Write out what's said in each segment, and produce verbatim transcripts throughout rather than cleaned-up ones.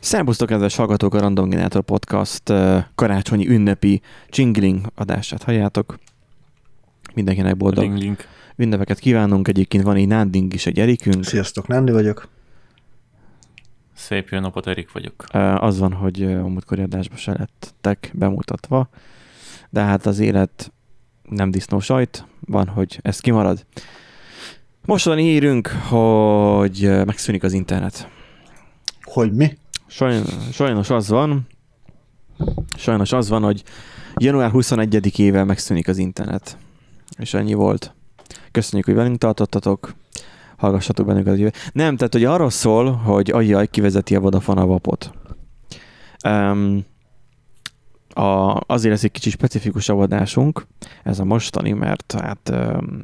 Szerbusztok, kedves hallgatók, a Random Generator Podcast karácsonyi ünnepi Csingling adását halljátok. Mindenkinek boldog Ling-ling. ünnepeket kívánunk. Egyébként van egy Nánding is, egy Erikünk. Sziasztok, Nándi vagyok. Szép jó napot, Erik vagyok. Az van, hogy a múltkori adásban se lettek bemutatva, de hát az élet nem disznó sajt, van, hogy ez kimarad. Mostani hírünk, hogy megszűnik az internet. Hogy mi? Sajnos, sajnos az van, sajnos az van, hogy január huszonegyedikével megszűnik az internet. És ennyi volt. Köszönjük, hogy velünk tartottatok. Hallgassatok bennünket a jövő. Nem, tehát hogy arról szól, hogy ajjaj, kivezeti a Vodafone a vapot. Um, a, azért lesz egy kicsit specifikusabb adásunk, ez a mostani, mert hát um,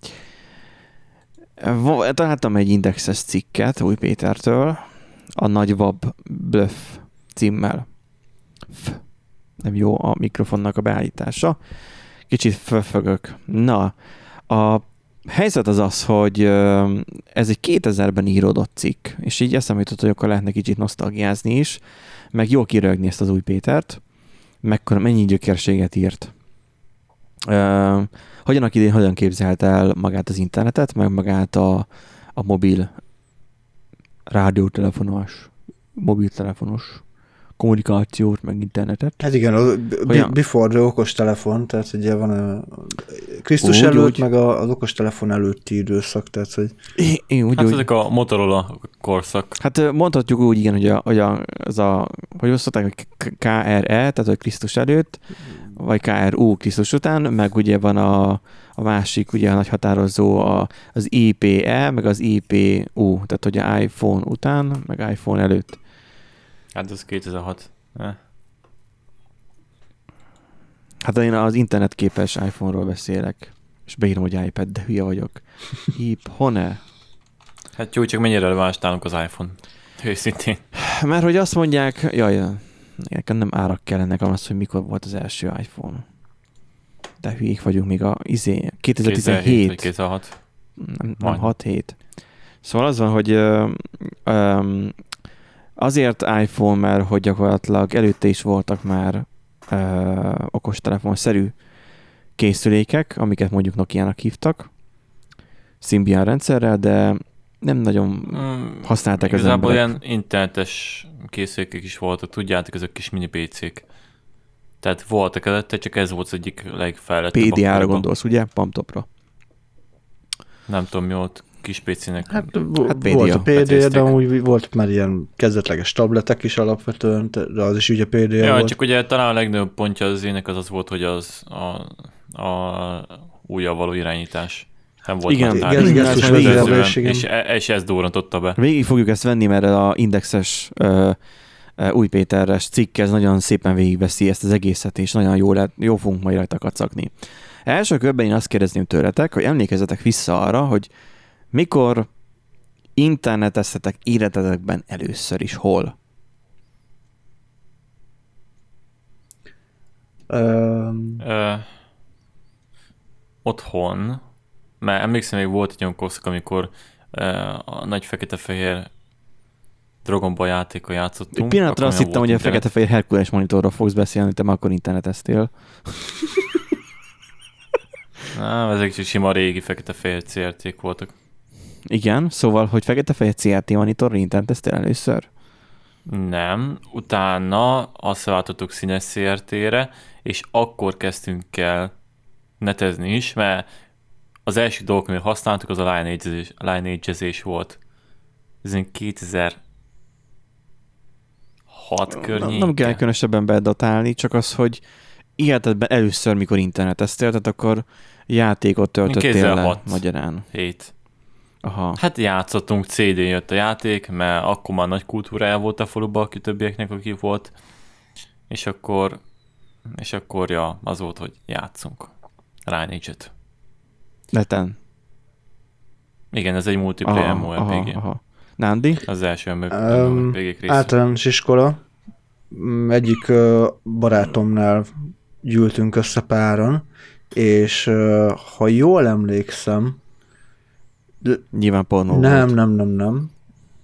találtam egy indexes cikket Új Pétertől, a Nagy Vab Bluff címmel. F. Nem jó a mikrofonnak a beállítása. Kicsit föfögök. Na, a helyzet az az, hogy ez egy kétezerben íródott cikk, és így eszembe jutott, hogy akkor lehetne kicsit nosztalgiázni is, meg jó kirögni ezt az Új Pétert, mekkora, mennyi gyökérséget írt. Uh, hogyan idén, hogyan képzelte el magát az internetet, meg magát a, a mobil rádiótelefonos, mobiltelefonos kommunikációt, meg internetet. Hát igen, a b- before the okostelefon, tehát ugye van a Krisztus úgy, előtt, úgy. Meg az okostelefon előtti időszak, tehát hogy... É, é, úgy, hát úgy. ezek a Motorola korszak. Hát mondhatjuk úgy, igen, hogy, a, hogy a, az a, hogy osztották, hogy ká er é, tehát hogy Krisztus előtt, vagy ká er u Krisztus után, meg ugye van a, a másik, ugye a nagy határozó, a, az i pé é, meg az i pé u, tehát hogy a iPhone után, meg iPhone előtt. Hát ez kétezer-hat. Eh. Hát én az internetképes iPhone-ról beszélek, és beírom, hogy iPad, de hülye vagyok. iPhone. Hát jó, csak mennyire releváns nálunk az iPhone. Őszintén. Mert hogy azt mondják, jaj, nekem nem árak kellenek az, hogy mikor volt az első iPhone. De hülyék vagyunk még a izé, kétezer-tizenhét. vagy kétezer-hat. Nem, nem hat-hét. Szóval az van, hogy um, azért iPhone, mert hogy gyakorlatilag előtte is voltak már uh, okostelefon-szerű készülékek, amiket mondjuk Nokia-nak hívtak, Symbian rendszerrel, de nem nagyon hmm, használták az emberek. Igazából ilyen internetes készülékek is voltak, tudjátok, ezek kis mini pé cék. Tehát voltak előtte, csak ez volt az egyik legfejlettebb. pé dé á-ra gondolsz, ugye? Pumptopra. Nem tudom, mi volt kis pé cének. Hát, hát volt a pé dé, de úgy volt már ilyen kezdetleges tabletek is alapvetően, de az is ugye pé dé á ja, volt. Csak ugye talán a legnagyobb pontja az ének az az volt, hogy az a, a újjal való irányítás. Nem volt igen, igen, igen, igen, és, végül, és, és ez durrantotta be. Végig fogjuk ezt venni, mert a indexes uh, uh, Új Péteres cikk, ez nagyon szépen végigveszi ezt az egészet, és nagyon jó, lehet, jó fogunk majd rajta kacagni. Első körben én azt kérdezném tőletek, hogy emlékezzetek vissza arra, hogy mikor interneteztetek életetekben először is, hol? Um... Ö, otthon, mert emlékszem, még volt egy olyan korszak, amikor ö, a nagy fekete-fehér Dragon Ball játékkal játszottunk. Pillanatra azt hittem, hogy a fekete-fehér Herkules monitorról fogsz beszélni, te már akkor interneteztél. Nem, ezek is sima régi fekete-fehér cé er té-k voltak. Igen, szóval, hogy fekete-fehér cé er té monitorra interneteztél először? Nem, utána azt váltottuk színes cé er té-re, és akkor kezdtünk el netezni is, mert az első dolog, amit használtuk, az a lineage-ezés, lineage-ezés volt. Ez kétezer-hat környéke. Nem kell különösebben bedatálni, csak az, hogy életedben először, mikor interneteztél, tehát akkor játékot töltöttél le magyarán. hét. Aha. Hát játszottunk, cé dén jött a játék, mert akkor már nagy kultúrája volt a faluban, aki többieknek, aki volt. És akkor, és akkor ja, az volt, hogy játszunk. Lineage-et. Neten. Igen, ez egy multiplayer em o er pé gé. Aha, aha. Nándi? Az első em o er pé gé része. Általános iskola. Egyik barátomnál gyűltünk össze páran, és ha jól emlékszem, nyilván pornó nem, volt. nem, nem, nem.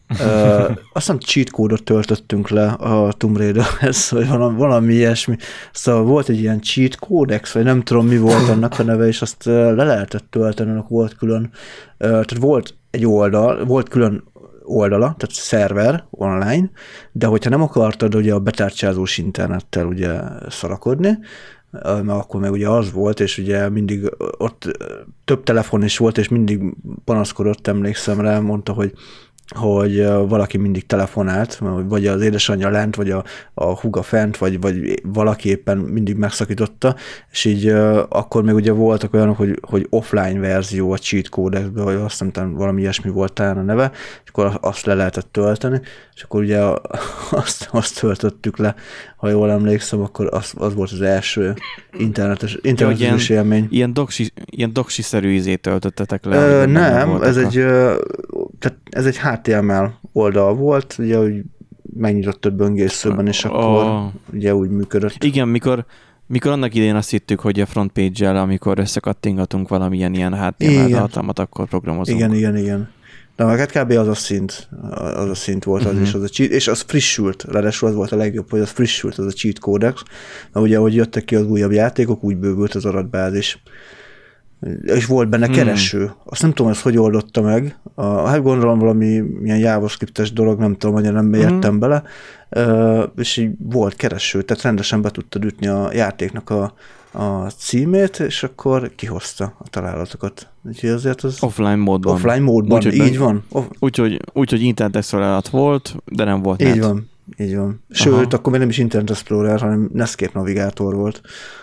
Uh, azt hiszem cheat kódot töltöttünk le a Tomb Raiderhez, vagy valami, valami ilyesmi. Szóval volt egy ilyen cheat kódex, vagy nem tudom mi volt annak a neve, és azt uh, le lehetett tölteni, annak volt külön. Uh, tehát volt egy oldal, volt külön oldala, tehát szerver online, de hogyha nem akartad ugye a betárcsázós internettel ugye szarakodni, mert akkor meg ugye az volt, és ugye mindig ott több telefon is volt, és mindig panaszkodott, emlékszem rá, mondta, hogy hogy valaki mindig telefonált, vagy az édesanyja lent, vagy a, a húga fent, vagy, vagy valaki éppen mindig megszakította, és így uh, akkor még ugye voltak olyanok, hogy, hogy offline verzió a cheat codexből, vagy azt nem tudom, valami ilyesmi volt talán a neve, és akkor azt le lehetett tölteni, és akkor ugye azt, azt töltöttük le, ha jól emlékszem, akkor az, az volt az első internetes, internetes ja, élmény. Ilyen, doksi, ilyen doksi-szerű izét töltöttetek le? Ö, nem, ez egy, a... tehát ez egy há té em el oldal volt, ugye, hogy megnyitottad böngészőben, és akkor oh. ugye úgy működött. Igen, mikor, mikor annak idején azt hittük, hogy a frontpage-el, amikor összekattingatunk valamilyen ilyen há té em el tartalmat, akkor programozunk. Igen, igen, igen. De hát kb. az a szint, az a szint volt az uh-huh. is, az a cheat, és az frissült, ráadásul az volt a legjobb, hogy az frissült, az a cheat codex, mert ugye, ahogy jöttek ki az újabb játékok, úgy bővült az adatbázis. És volt benne hmm. kereső. Azt nem tudom, ezt hogy oldotta meg. A, hát gondolom valami ilyen JavaScriptes dolog, nem tudom, hogy nem értem hmm. bele. Uh, és így volt kereső, tehát rendesen be tudtad ütni a játéknak a, a címét, és akkor kihozta a találatokat. Úgyhogy azért az... Offline módban. Offline módban, úgy, így van. Úgyhogy úgy, úgy Internet Explorer volt, de nem volt Így net. van, így van. Sőt, aha. akkor még nem is Internet Explorer, hanem Netscape navigátor volt.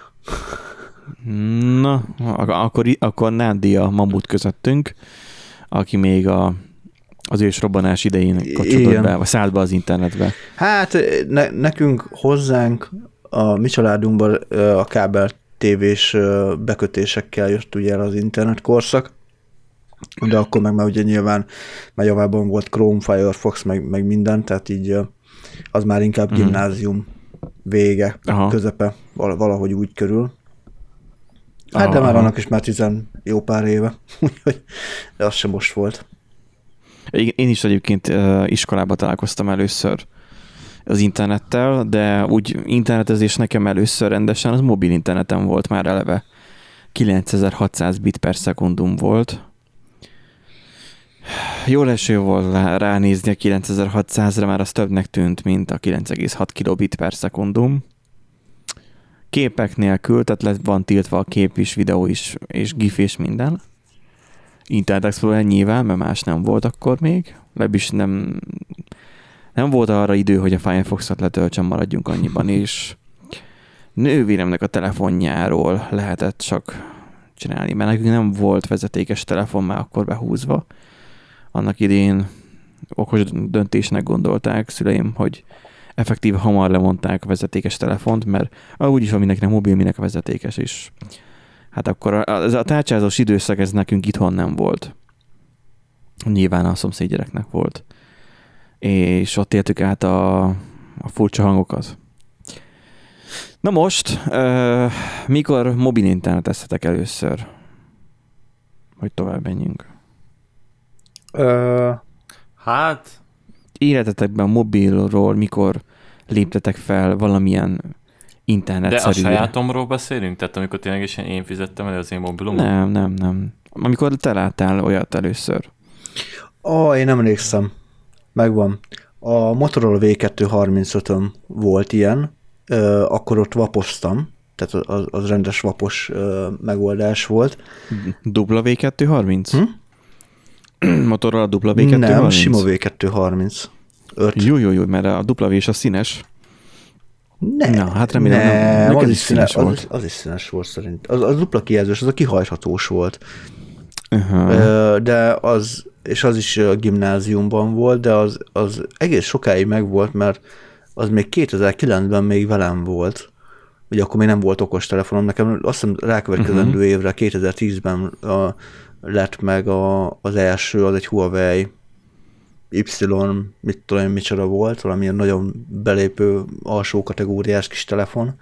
Na, akkor, akkor Nádi a mamut közöttünk, aki még a, az ősrobbanás idején kapcsolódott be, vagy szállt be az internetbe. Hát ne, nekünk, hozzánk, a mi családunkban a kábel tévés bekötésekkel jött ugye el az internet korszak, de akkor meg már ugye nyilván már javában volt Chrome, Firefox, meg, meg minden, tehát így az már inkább mm. gimnázium vége, aha. közepe, valahogy úgy körül. Hát de már annak is már tizen jó pár éve, úgyhogy de az sem most volt. Én is egyébként iskolában találkoztam először az internettel, de úgy internetezés nekem először rendesen az mobil interneten volt már eleve. kilencezer-hatszáz bit per szekundum volt. Jó leső volt ránézni a kilencezer-hatszázra, már az többnek tűnt, mint a kilenc egész hat kilobit per szekundum. Képek nélkül, tehát lett van tiltva a kép is, videó is, és gif és minden. Internet Explorer nyilván, mert más nem volt akkor még. Legalábbis nem, nem volt arra idő, hogy a Firefoxot letöltsön, maradjunk annyiban, és nővéremnek a telefonjáról lehetett csak csinálni, mert nekünk nem volt vezetékes telefon már akkor behúzva. Annak idén okos döntésnek gondolták szüleim, hogy effektíve hamar lemondták a vezetékes telefont, mert úgyis van mindenkinek mobil, minek a vezetékes is. Hát akkor a, a, a tárcsázós időszak ez nekünk itthon nem volt. Nyilván a szomszédgyereknek volt. És ott éltük át a, a furcsa hangokat. Na most, uh, mikor mobil interneteztetek először? Hogy tovább menjünk. Uh, hát... Életetekben mobilról mikor léptetek fel valamilyen internetszerűre? De a sajátomról beszélünk? Tehát amikor ténylegesen én fizettem el az én mobilom? Nem, nem, nem. Amikor te láttál olyat először. Ó, én nem emlékszem. Megvan. A Motorola vé kettőszázharmincötön volt ilyen, ö, akkor ott vapoztam, tehát az, az rendes vapos ö, megoldás volt. Dupla vé kettőszázharminc? Hm? Motorola dupla vé kettőszázharminc? Nem, kettőszázharminc? sima vé kettőszázharminc. Jó, jó, jó, mert a dupla V és a színes. Ne, Na, hát remélem, nem, nem, az, is színes, színes volt. Az, az is színes volt szerint. Az, az dupla kijelzős, az a kihajthatós volt. Uh-huh. De az, és az is a gimnáziumban volt, de az, az egész sokáig megvolt, mert az még kétezer-kilencben még velem volt. Ugye akkor még nem volt okostelefonom, nekem azt hiszem rákövetkezendő uh-huh. évre, kétezer-tízben a, lett meg a, az első, az egy Huawei Y, mit tudom, micsoda volt, valamilyen nagyon belépő alsó kategóriás kis telefon.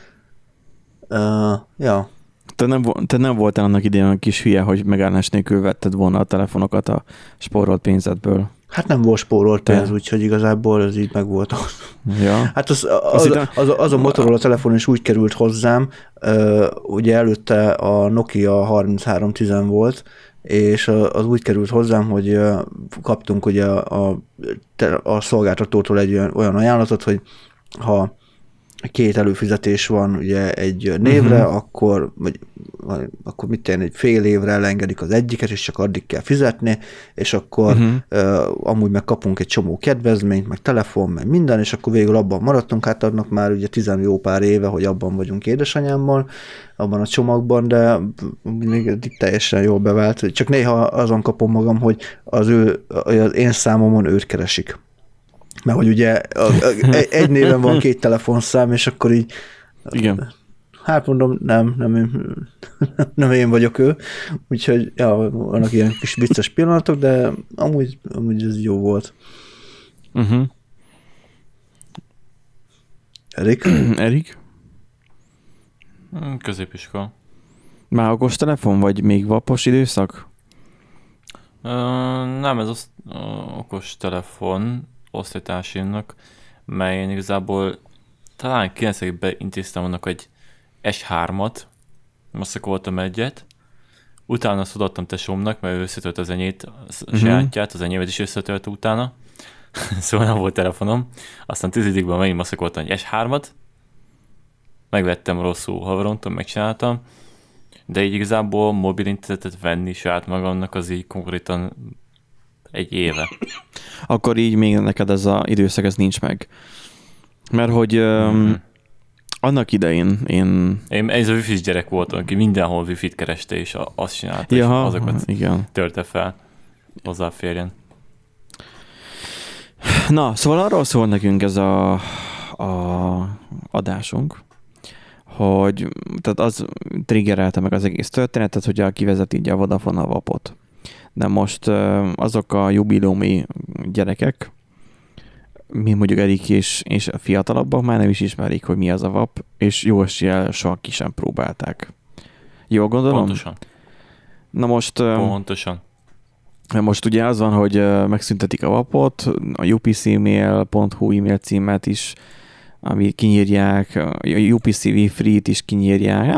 Uh, ja. Te nem, te nem voltál annak idején a kis hülye, hogy megállás nélkül vetted volna a telefonokat a spórolt pénzedből. Hát nem volt spórolt pénz, De. úgyhogy igazából ez így meg volt. Ja. Hát az, az, az, az, az a Motorola telefon is úgy került hozzám, ugye előtte a Nokia harminchárom tíz volt, és az úgy került hozzám, hogy kaptunk ugye a, a, a szolgáltatótól egy olyan, olyan ajánlatot, hogy ha két előfizetés van ugye egy névre, uh-huh. akkor, vagy, vagy, akkor mit tenni, egy fél évre elengedik az egyiket, és csak addig kell fizetni, és akkor uh-huh. uh, amúgy meg kapunk egy csomó kedvezményt, meg telefon, meg minden, és akkor végül abban maradtunk, hát adnak már ugye tizen jó pár éve, hogy abban vagyunk édesanyámmal, abban a csomagban, de még eddig teljesen jól bevált. Csak néha azon kapom magam, hogy az ő, az én számomon őt keresik. Mert hogy ugye egy néven van két telefonszám, és akkor így... Igen. Hát mondom, nem, nem, nem én vagyok ő. Úgyhogy ja, vannak ilyen kis vicces pillanatok, de amúgy, amúgy ez jó volt. Uh-huh. Erik? Erik? Középiskola. Már okos telefon, vagy még vapos időszak? Uh, nem, ez az uh, okos telefon osztálytársaimnak, mert én igazából talán kilencvenben intéztem annak egy es hármat, most voltam egyet, utána azt odaadtam tesómnak, mert ő összetölt az enyét, a uh-huh. sajátját, az enyémet is összetölt utána, szóval nem volt telefonom. Aztán tizedikben megint maszakoltam egy es hármat, megvettem rosszul haveromtól, megcsináltam, de így igazából mobil internetet venni saját magamnak az így konkrétan egy éve. Akkor így még neked ez az időszak, ez nincs meg. Mert hogy mm-hmm. um, annak idején én... Én ez a wifi-s gyerek voltam, aki mindenhol wifi-t kereste, és azt csinálta, Jaha, és azokat igen. törte fel, hozzáférjen. Na, szóval arról szól nekünk ez a, a adásunk, hogy tehát az triggerelte meg az egész történetet, hogy kivezet így a Vodafone a vapot. De most azok a jubileumi gyerekek, mi mondjuk Erik és, és a fiatalabbak már nem is ismerik, hogy mi az a vap, és jó eséllyel soha ki sem próbálták. Jól gondolom? Pontosan. Na most... Pontosan. Most ugye az van, hogy megszüntetik a vapot, a u p c mail pont hu e-mail címet is, ami kinyírják, a u p c Wi-Fi-t is kinyírják.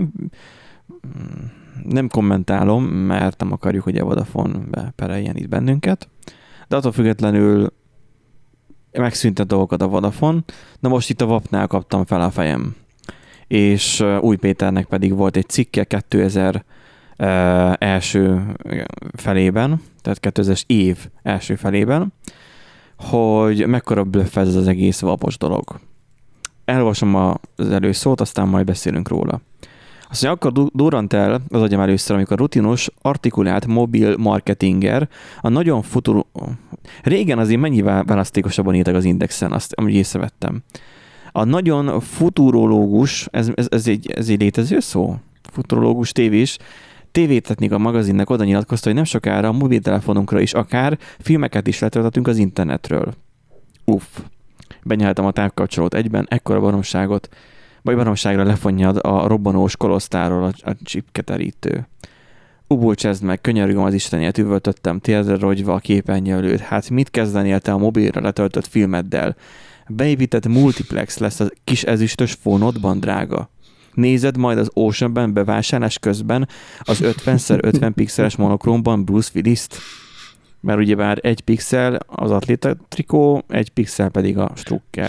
Nem kommentálom, mert nem akarjuk, hogy a Vodafone bepereljen itt bennünket, de attól függetlenül megszűnt a dolgokat a Vodafone. Na most itt a vapnál kaptam fel a fejem. És Új Péternek pedig volt egy cikke kétezer első felében, tehát kétezres év első felében, hogy mekkora blöff ez az egész vapos dolog. Elolvasom az előszót, aztán majd beszélünk róla. Azt mondja, akkor durrant el az agyam először, amikor rutinos, artikulált mobil marketinger, a nagyon futuró... Régen azért mennyivel választékosabban írtak az Indexen, azt amúgy észrevettem. A nagyon futurológus, ez, ez, ez, egy, ez egy létező szó? Futurológus tévés, tévétetnik a magazinnek oda nyilatkozta, hogy nem sokára a mobiltelefonunkra is akár filmeket is letöltetünk az internetről. Uff. Benyeltem a távkapcsolót egyben, ekkora baromságot, vagy baromságra lefonja a robbanós kolosztáról a, a csipketerítő. Ubulcsezd meg, könyörgöm az Istenért, üvöltöttem térdre rogyva a képernyő előtt. Hát mit kezdenél te a mobilra letöltött filmeddel? Beépített multiplex lesz a kis ezüstös fónodban, drága. Nézed majd az Oceanben bevásárlás közben az ötven szer ötven pixeles monokrómban Bruce Willis-t. Mert ugyebár egy pixel az atléta trikó, egy pixel pedig a strukker.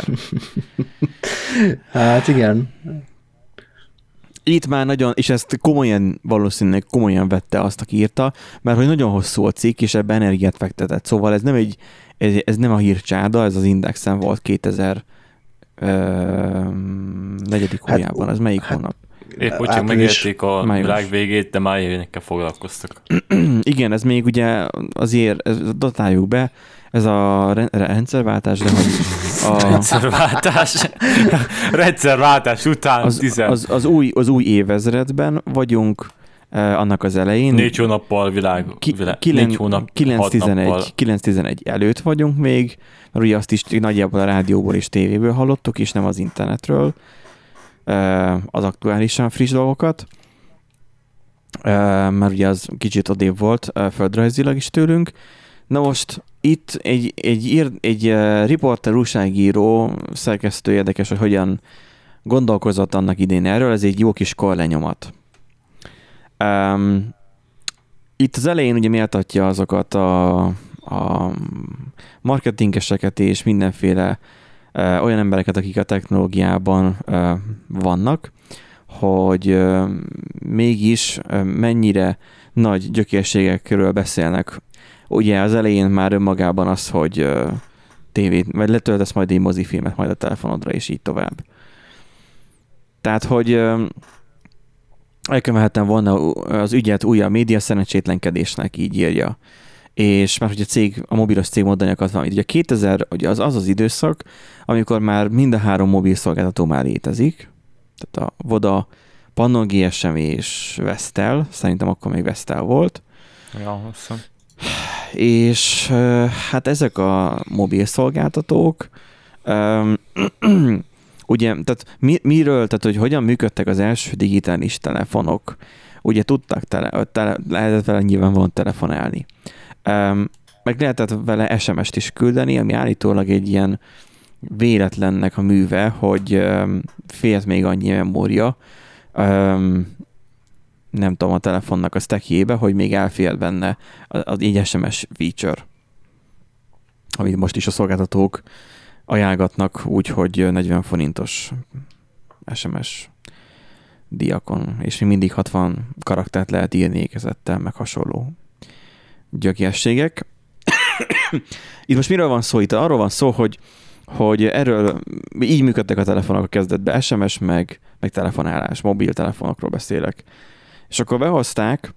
Hát igen. Itt már nagyon, és ezt komolyan, valószínűleg komolyan vette azt, aki írta, mert hogy nagyon hosszú a cikk, és ebben energiát fektetett. Szóval ez nem egy, ez, ez nem a hírcsáda, ez az Indexen volt kétezer negyedik hát, hónapban. Ez melyik hát, hónap? Épp úgy, csak megérték a világ végét, de már ilyenekkel foglalkoztak. Igen, ez még ugye azért, ez, datáljuk be, ez a rendszerváltás, de hogy a... Rendszerváltás. Rendszerváltás után az, tizen... az, az, új, az új évezredben vagyunk, eh, annak az elején. Négy hónappal világ, ki, világ kilen, négy hónap, kilenc tizenegy előtt vagyunk még, mert ugye azt is nagyjából a rádióból és tévéből hallottuk, és nem az internetről, eh, az aktuálisan friss dolgokat, eh, mert ugye az kicsit odébb volt eh, földrajzilag is tőlünk. Na most itt egy, egy, ír, egy uh, riporter, újságíró, szerkesztő érdekes, hogy hogyan gondolkozott annak idén erről, ez egy jó kis korlenyomat. Um, itt az elején ugye méltatja azokat a, a marketingeseket és mindenféle uh, olyan embereket, akik a technológiában uh, vannak, hogy uh, mégis uh, mennyire nagy gyökérségekről beszélnek. Ugye az elején már önmagában az, hogy uh, tévét, vagy letöltesz majd egy mozifilmet majd a telefonodra, és így tovább. Tehát, hogy uh, elkövethettem volna az ügyet újabb média szerencsétlenkedésnek, így írja. És már hogy a cég, a mobilos cég mondanyakat van. Ugye kétezer, ugye az az az időszak, amikor már mind a három mobil szolgáltató már létezik. Tehát a Voda, Pannon gé es em és Vestel, szerintem akkor még Vestel volt. Ja, hosszú. És hát ezek a mobil szolgáltatók, um, ugye, tehát mi, miről, tehát hogy hogyan működtek az első digitális telefonok, ugye tudtak tele, tele, lehetett vele nyilvánvalóan telefonálni. Um, meg lehetett vele es em est is küldeni, ami állítólag egy ilyen véletlennek a műve, hogy um, félt még annyi memória, um, nem tudom, a telefonnak a stackjébe, hogy még elfér benne az így es em es feature, amit most is a szolgáltatók ajánlgatnak úgy, hogy negyven forintos es em es diakon, és még mindig hatvan karaktert lehet írni ékezettel, meg hasonló gyökérségek. Itt most miről van szó? Itt arról van szó, hogy, hogy erről így működtek a telefonok a kezdetben, es em es, meg, meg telefonálás, mobiltelefonokról beszélek. És akkor behozták,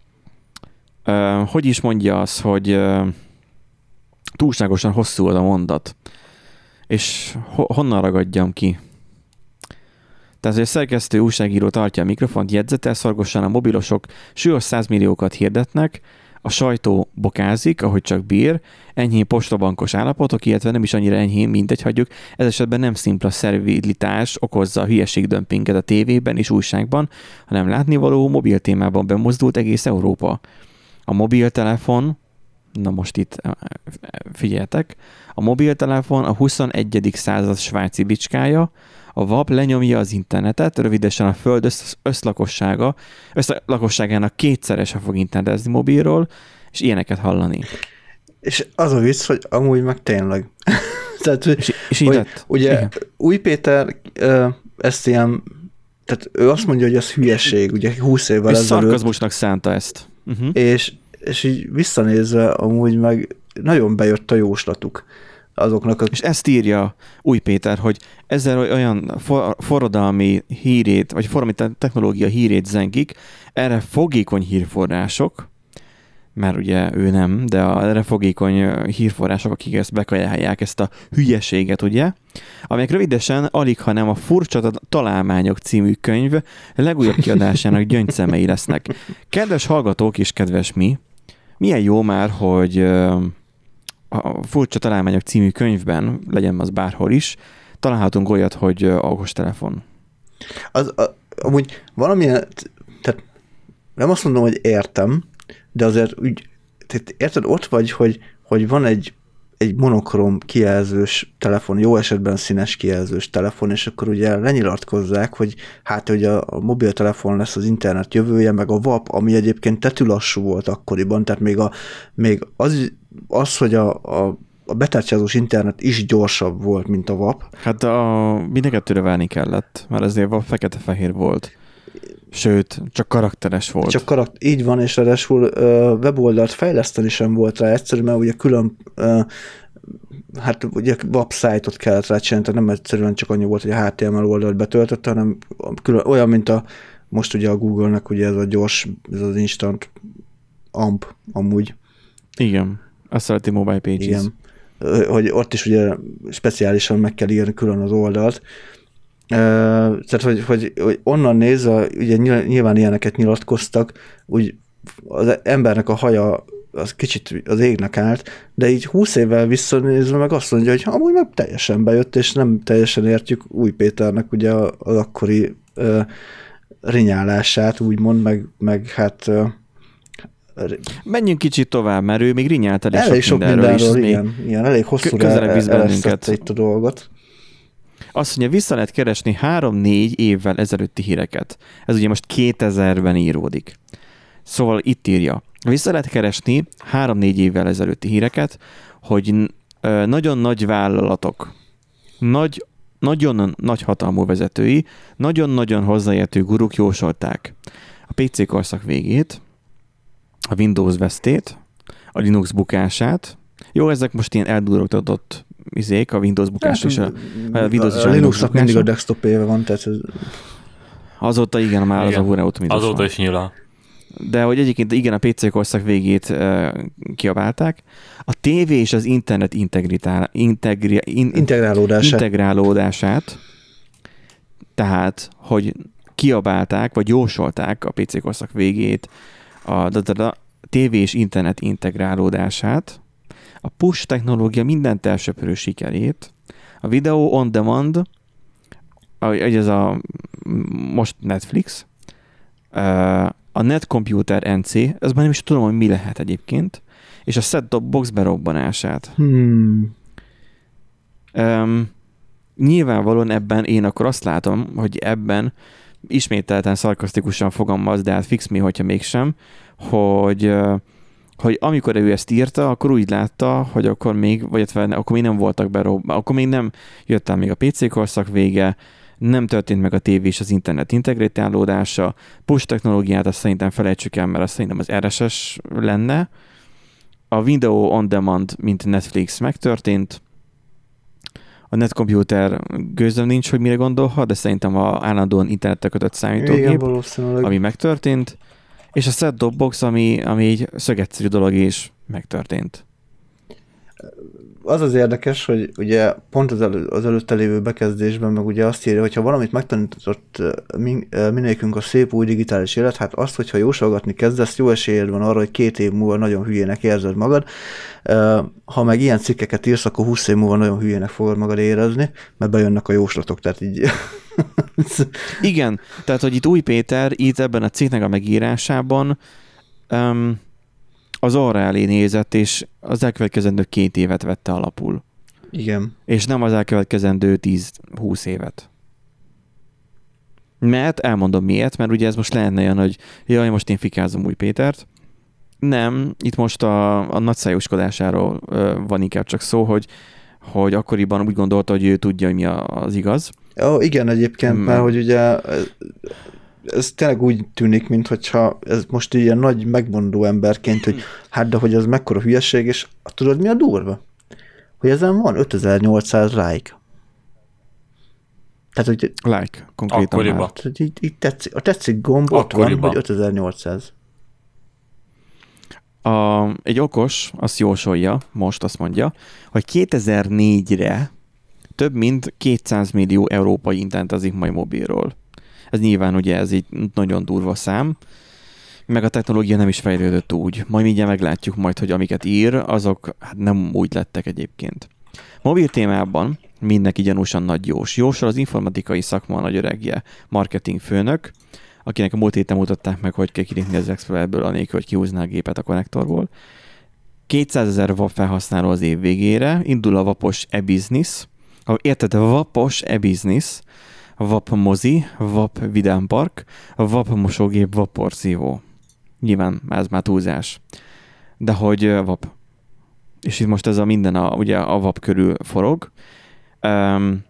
uh, hogy is mondja az, hogy uh, túlságosan hosszú az a mondat, és ho- honnan ragadjam ki? Tehát, hogy a szerkesztő újságíró tartja a mikrofont, jegyzetel szorgosan, a mobilosok súlyos százmilliókat hirdetnek, a sajtó bokázik, ahogy csak bír, enyhén postabankos állapotok, illetve nem is annyira enyhén, mindegy, hagyjuk. Ez esetben nem szimpla szervilitás okozza a hülyeségdömpinget a tévében és újságban, hanem látnivaló mobil témában bemozdult egész Európa. A mobiltelefon, na most itt figyeljetek, a mobiltelefon a huszonegyedik század svájci bicskája, a vap lenyomja az internetet, rövidesen a föld össz, összlakossága, összlakosságának kétszerese fog internetezni mobilról, és ilyeneket hallani. És az a vicc, hogy amúgy meg tényleg. Tehát, és, és így lett. Ugye igen. Új Péter ezt ilyen, tehát ő azt mondja, hogy ez hülyeség, ugye húsz évvel és ezelőtt. És szarkazmusnak szánta ezt. Uh-huh. És, és így visszanézve amúgy meg nagyon bejött a jóslatuk azoknak. A... És ezt írja Új Péter, hogy ezzel olyan for, forradalmi hírét, vagy forradalmi technológia hírét zengik, erre fogékony hírforrások, mert ugye ő nem, de a erre fogékony hírforrások, akik ezt bekajálják, ezt a hülyeséget, ugye, amelyek rövidesen alig, ha nem a Furcsa Találmányok című könyv legújabb kiadásának gyöngyszemei lesznek. Kedves hallgatók és kedves mi, milyen jó már, hogy a Furcsa Találmányok című könyvben, legyen az bárhol is, találhatunk olyat, hogy okostelefon. Az, a, amúgy valamilyen, tehát nem azt mondom, hogy értem, de azért úgy, tehát érted, ott vagy, hogy, hogy van egy, egy monokrom kijelzős telefon, jó esetben színes kijelzős telefon, és akkor ugye lenyilatkozzák, hogy hát, hogy a, a mobiltelefon lesz az internet jövője, meg a vap, ami egyébként tetűlassú volt akkoriban, tehát még, a, még az, az, hogy a, a, a betárcsázós internet is gyorsabb volt, mint a vap. Hát a, mind kettőre válni kellett, mert azért a fekete-fehér volt. Sőt, csak karakteres volt. Csak karakter, így van, és ráadásul uh, weboldalt fejleszteni sem volt rá egyszerűen, mert ugye külön uh, hát ugye website-ot kellett rá csinálni, tehát nem egyszerűen csak annyi volt, hogy a há té em el oldalt betöltötte, hanem külön, olyan, mint a most ugye a Google-nek ugye ez a gyors, ez az instant amp amúgy. Igen, Assertive Mobile Pages. Igen, hogy ott is ugye speciálisan meg kell írni külön az oldalt. Uh, tehát, hogy, hogy, hogy onnan nézve, ugye nyilván ilyeneket nyilatkoztak, úgy az embernek a haja az kicsit az égnek állt, de így húsz évvel visszanézve meg azt mondja, hogy amúgy meg teljesen bejött, és nem teljesen értjük Új Péternek ugye az akkori uh, rinyálását, úgymond, meg, meg hát uh, Menjünk kicsit tovább, mert ő még rinyált elég, elég sok, sok mindenről, mindenről, is, igen, igen, elég hosszú közelebb visz bennünket itt a dolgot. Azt mondja, vissza lehet keresni három-négy évvel ezelőtti híreket. Ez ugye most kétezerben íródik. Szóval itt írja. Vissza lehet keresni három-négy évvel ezelőtti híreket, hogy ö, nagyon nagy vállalatok, nagy, nagyon nagy hatalmú vezetői, nagyon-nagyon hozzáértő guruk jósolták a pé cé korszak végét, a Windows vesztét, a Linux bukását. Jó, ezek most ilyen eldurogtatott izék, a Windows bukás és a, a Windows és a, a Linuxnak mindig a desktop éve van, tehát ez... Azóta igen, már igen, az a hurrá optimizmus azóta is nyila. De hogy egyébként igen, a pé cé korszak végét uh, kiabálták. A tévé és az internet integritál, integri, in, integrálódását. integrálódását, tehát, hogy kiabálták, vagy jósolták a pé cé korszak végét, a, a, a tévé és internet integrálódását, a push technológia mindent elsöpörő sikerét, a videó on demand, ez a most Netflix, a Netcomputer en cé, ez már nem is tudom, hogy mi lehet egyébként, és a set-top box berobbanását. Hmm. Um, nyilvánvalóan ebben én akkor azt látom, hogy ebben ismételten szarkasztikusan fogalmaz, de hát fix mi, hogyha mégsem, hogy hogy amikor ő ezt írta, akkor úgy látta, hogy akkor még, vagy akkor még nem voltak berobban, akkor még nem jött el még a pé cé korszak vége, nem történt meg a tévé és az internet integrálódása, push technológiát azt szerintem felejtsük el, mert azt szerintem az er es es lenne. A Video on Demand, mint Netflix megtörtént, a Netcomputer gőzöm nincs, hogy mire gondolhat, de szerintem a állandóan internetre kötött számítógép, ami megtörtént, és a set-top box, ami, ami egy szögegyszerű dolog is megtörtént. Az az érdekes, hogy ugye pont az, elő, az előtte lévő bekezdésben meg ugye azt írja, hogy ha valamit megtanított mindenkünk a szép új digitális élet, hát azt, hogyha jósolgatni kezdesz, jó esélyed van arra, hogy két év múlva nagyon hülyének érzed magad. Ha meg ilyen cikkeket írsz, akkor húsz év múlva nagyon hülyének fogod magad érezni, mert bejönnek a jóslatok, tehát így... Igen, tehát, hogy itt Új Péter itt ebben a cikknek a megírásában um, az arra elé nézett, és az elkövetkezendő két évet vette alapul. Igen. És nem az elkövetkezendő tíz-húsz évet. Mert, elmondom miért, mert ugye ez most lehetne olyan, hogy jaj, most én fikázom Új Pétert. Nem, itt most a, a nagyszájuskodásáról van inkább csak szó, hogy, hogy akkoriban úgy gondolta, hogy ő tudja, hogy mi az igaz. Ó, igen, egyébként, hmm. mert hogy ugye ez tényleg úgy tűnik, mintha ez most ilyen nagy megmondó emberként, hogy hát de hogy ez mekkora hülyeség, és tudod mi a durva? Hogy ezen van ötezer-nyolcszáz like. Tehát, hogy... Like, konkrétan akkoriban. már. Tehát, így, így tetszik, a tetszik gomb ott van, hogy ötezer-nyolcszáz. A, egy okos azt jósolja, most azt mondja, hogy kétezer-négyre több mint kétszáz millió európai internetazik majd mobilról. Ez nyilván ugye ez így nagyon durva szám, meg a technológia nem is fejlődött úgy. Majd mindjárt meglátjuk majd, hogy amiket ír, azok hát nem úgy lettek egyébként. Mobil témában mindenki gyanúsan nagy Jós. Jósol az informatikai szakma nagy öregje, marketing főnök, akinek a múlt héten mutatták meg, hogy kell kilépni az Explorerről, anélkül, hogy kihúzná a gépet a konnektorból. kétszázezer vap felhasználó az év végére, indul a vapos e-business, érted, vapos e-business, vap mozi, vap vidámpark, vap mosógép, vap porszívó. Nyilván ez már túlzás. De hogy vap. És itt most ez a minden a, ugye a vap körül forog. Um,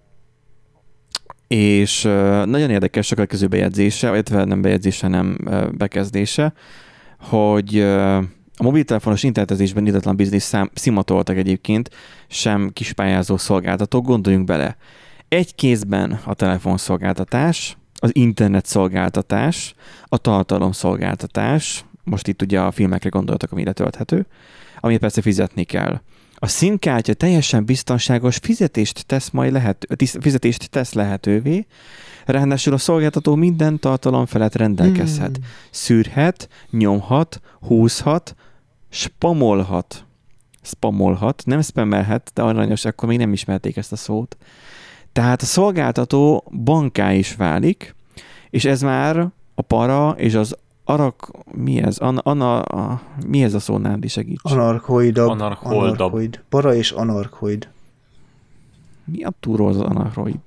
és uh, nagyon érdekes a következő bejegyzése, vagy nem bejegyzése, nem uh, bekezdése, hogy uh, a mobiltelefonos internetezésben illetlen biznisz szimatoltak egyébként, sem kispályázó szolgáltatók, gondoljunk bele. Egy kézben a telefonszolgáltatás, az internet szolgáltatás, a tartalomszolgáltatás, most itt ugye a filmekre gondoltak, ami letölthető, amit persze fizetni kell. A SIM-kártya teljesen biztonságos fizetést tesz majd lehető, fizetést tesz lehetővé, ráadásul a szolgáltató minden tartalom felett rendelkezhet. Hmm. Szűrhet, nyomhat, húzhat, spamolhat. Spamolhat, nem spamelhet, de aranyos, akkor még nem ismerték ezt a szót. Tehát a szolgáltató banká is válik, és ez már a para és az arak, mi ez? Ana, ana, a, mi ez a szó, Nándi, segíts? Anarchoidabb. Anarchoidabb. Anarchoid. Para és anarchoid. Mi a túró az anarchoid?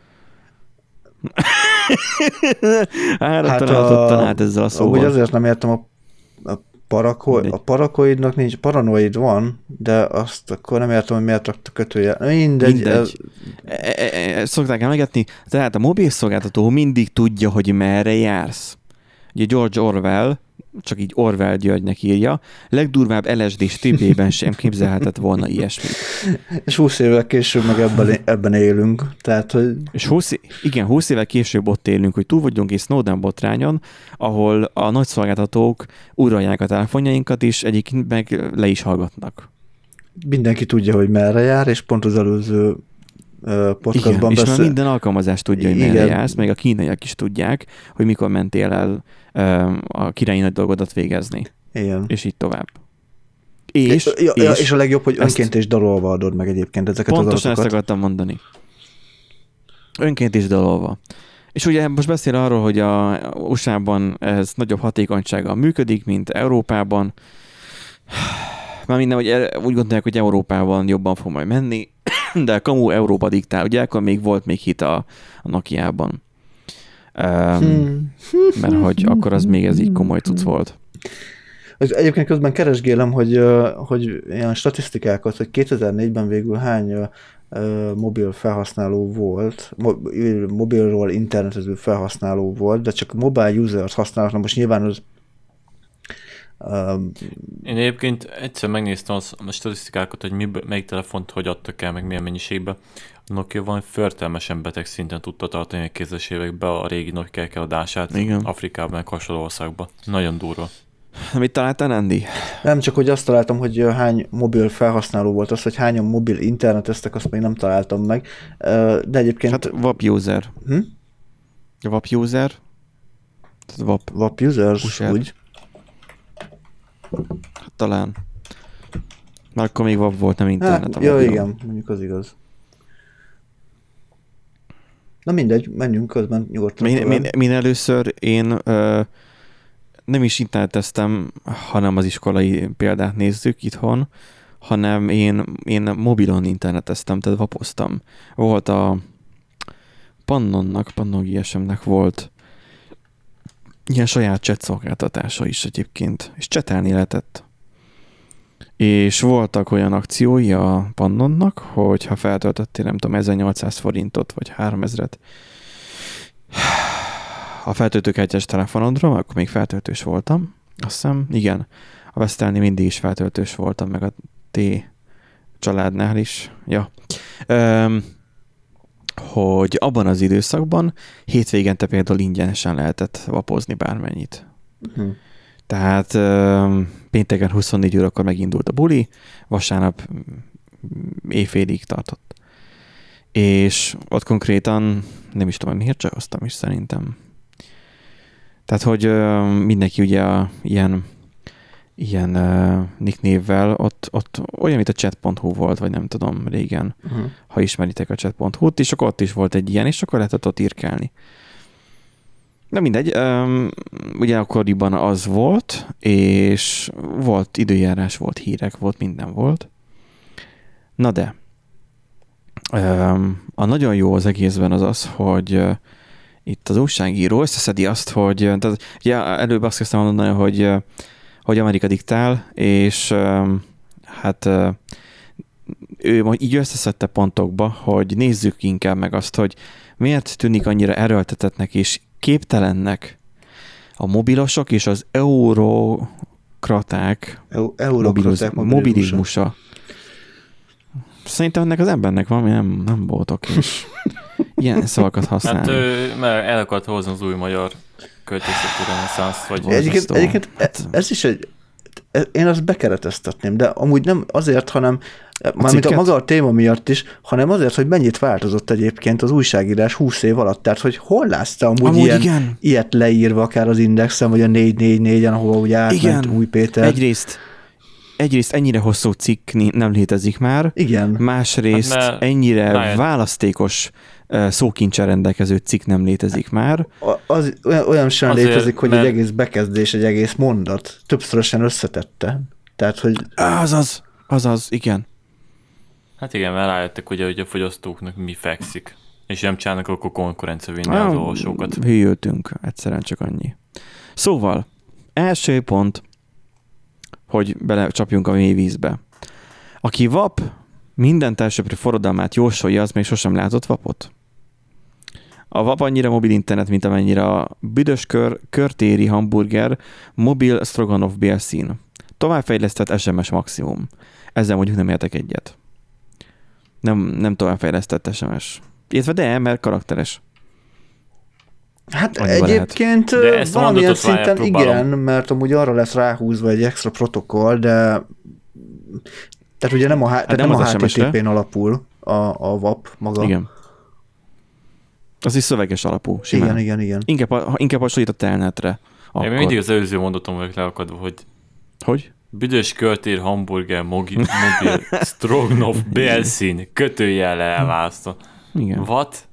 hát, hát a... át ezzel a szóval. Úgy azért nem értem a, a, parakoid, a parakoidnak nincs, paranoid van, de azt akkor nem értem, hogy miért rakta kötője. Mindegy. Mindegy. Ez... E, e, e, szokták emlegetni, tehát a mobil szolgáltató mindig tudja, hogy merre jársz. Ugye George Orwell, csak így Orwell Györgynek írja, legdurvább el es dés tripében sem képzelhetett volna ilyesmit. És húsz évvel később meg ebben, ebben élünk. Tehát, hogy... És húsz, igen, húsz évvel később ott élünk, hogy túl vagyunk egy Snowden botrányon, ahol a nagy szolgáltatók uralják a telefonjainkat, és egyébként meg le is hallgatnak. Mindenki tudja, hogy merre jár, és pont az előző podcastban igen, beszél... és már minden alkalmazás tudja, hogy merre jársz, meg a kínaiak is tudják, hogy mikor mentél el a királyi nagy dolgodat végezni. Igen. És így tovább. És, ja, és, ja, és a legjobb, hogy önként és dalolva adod meg egyébként ezeket az adatokat. Pontosan ezt akartam mondani. Önként is dalolva. És ugye most beszél arról, hogy a u es á-ban ez nagyobb hatékonysággal működik, mint Európában. Már minden, hogy úgy gondolják, hogy Európában jobban fog majd menni, de kamu Európa diktál. Ugye akkor még volt még hit a, a Nokia-ban. Um, hmm. Mert hogy akkor az még ez így komoly cucc volt. Egyébként közben keresgélem, hogy, hogy ilyen statisztikákat, hogy kétezer-négyben végül hány mobil felhasználó volt, mobilról internetező felhasználó volt, de csak mobile users használnak, most nyilván az Um, Én egyébként egyszer megnéztem az, a statisztikákat, hogy mi, melyik telefont hogy adtak el, meg milyen mennyiségben. A Nokia van förtelmesen beteg szinten tudta tartani a kézes években a régi Nokia eladását Afrikában, meg hasonló országban. Nagyon durva. Mit találtál, Andy? Nem, csak hogy azt találtam, hogy hány mobil felhasználó volt, az, hogy hányan mobil interneteztek, azt még nem találtam meg. De egyébként... Hát vé á pé user. Hm? A vé á pé user? vé á pé users, úgy. Hát talán. Már akkor még vé á pé volt, nem internet. Hát, ja, igen, mondjuk az igaz. Na mindegy, menjünk közben nyugodtan. Min, min, min először én ö, nem is interneteztem, hanem az iskolai példát nézzük itthon, hanem én, én mobilon interneteztem, tehát vapoztam. Volt a Pannonnak, Pannon gé es em-nek volt ilyen saját chat szolgáltatása is egyébként, és csetelni lehetett. És voltak olyan akciói a Pannonnak, hogy ha feltöltöttél, nem tudom, ezernyolcszáz forintot, vagy háromezret a feltöltőkártyás telefonodra, akkor még feltöltős voltam, azt hiszem, igen, a Vestelni mindig is feltöltős voltam, meg a T családnál is, ja. Üm, hogy abban az időszakban hétvégente például ingyenesen lehetett vapozni bármennyit. Uh-huh. Tehát um, pénteken huszonnégy órakor megindult a buli, vasárnap éjfélig tartott. És ott konkrétan nem is tudom, miért csajoztam is szerintem. Tehát, hogy uh, mindenki ugye a, ilyen ilyen uh, nicknévvel, ott, ott olyan, mint a chat pont hu volt, vagy nem tudom, régen, uh-huh. ha ismeritek a chat pont hu-t, és akkor ott is volt egy ilyen, és akkor lehetett ott írkálni. Na mindegy, um, ugye akkoriban az volt, és volt időjárás, volt hírek, volt minden volt. Na de, um, a nagyon jó az egészben az az, hogy uh, itt az újságíró összeszedi azt, hogy tehát, ugye előbb azt kezdtem mondani, hogy uh, hogy Amerika diktál, és um, hát uh, ő majd így összeszedte pontokba, hogy nézzük inkább meg azt, hogy miért tűnik annyira erőltetetnek és képtelennek a mobilosok és az eurokraták Eu- eurokraták mobilizmusa. Szerintem ennek az embernek valami nem, nem boltok, és ilyen szavakat használni. Hát ő, mert el akart hozni az új magyar költészeti reneszánsz, vagy egyébként, egyébként hát, ez is egy, én azt bekereteztetném, de amúgy nem azért, hanem mármint a maga a téma miatt is, hanem azért, hogy mennyit változott egyébként az újságírás húsz év alatt. Tehát, hogy hol látsz te amúgy, amúgy ilyen, ilyet leírva akár az Indexen, vagy a négy négy négyen, ahova ugye átment igen. Új Péter. Egyrészt egyrészt ennyire hosszú cikk nem létezik már, Igen. másrészt Hát, ennyire rájött. választékos szókincsel rendelkező cikk nem létezik már. A- Az, olyan, olyan sem Azért, létezik, hogy mert- egy egész bekezdés, egy egész mondat többszörösen összetette. Tehát, hogy Azaz, azaz, igen. Hát igen, mert rájöttek ugye, hogy a fogyasztóknak mi fekszik. És nem csinálnak, akkor konkurencia vinni az olvasókat. Hülyöltünk, egyszerűen csak annyi. Szóval, első pont, hogy belecsapjunk a mély vízbe. Aki vap, minden elsőprő forradalmát jósolja, az még sosem látott vapot. A vap annyira mobil internet, mint amennyire a büdös kör, körtéri hamburger, mobil stroganoff bélszín. Továbbfejlesztett es em es maximum. Ezzel mondjuk nem értek egyet. Nem, nem továbbfejlesztett es em es. Illetve de, mert karakteres. hát Annyiba egyébként De ezt a valamilyen mondatot várjál, szinten próbálom. igen, mert amúgy arra lesz ráhúzva egy extra protokoll, de tehát ugye nem a, hát nem nem a az es em es-re. há té té pén alapul a, a vap maga. Igen. Az is szöveges alapú, simán. igen, igen, igen. Inkább, ha- inkább hasonlít a telnetre. Én Akkor. még mindig az előző mondatom vagyok leakadva, hogy Hogy? büdös körtér hamburger, mogi, mobil, stroganoff, bélszín, kötőjellel elválasztva. Igen. What?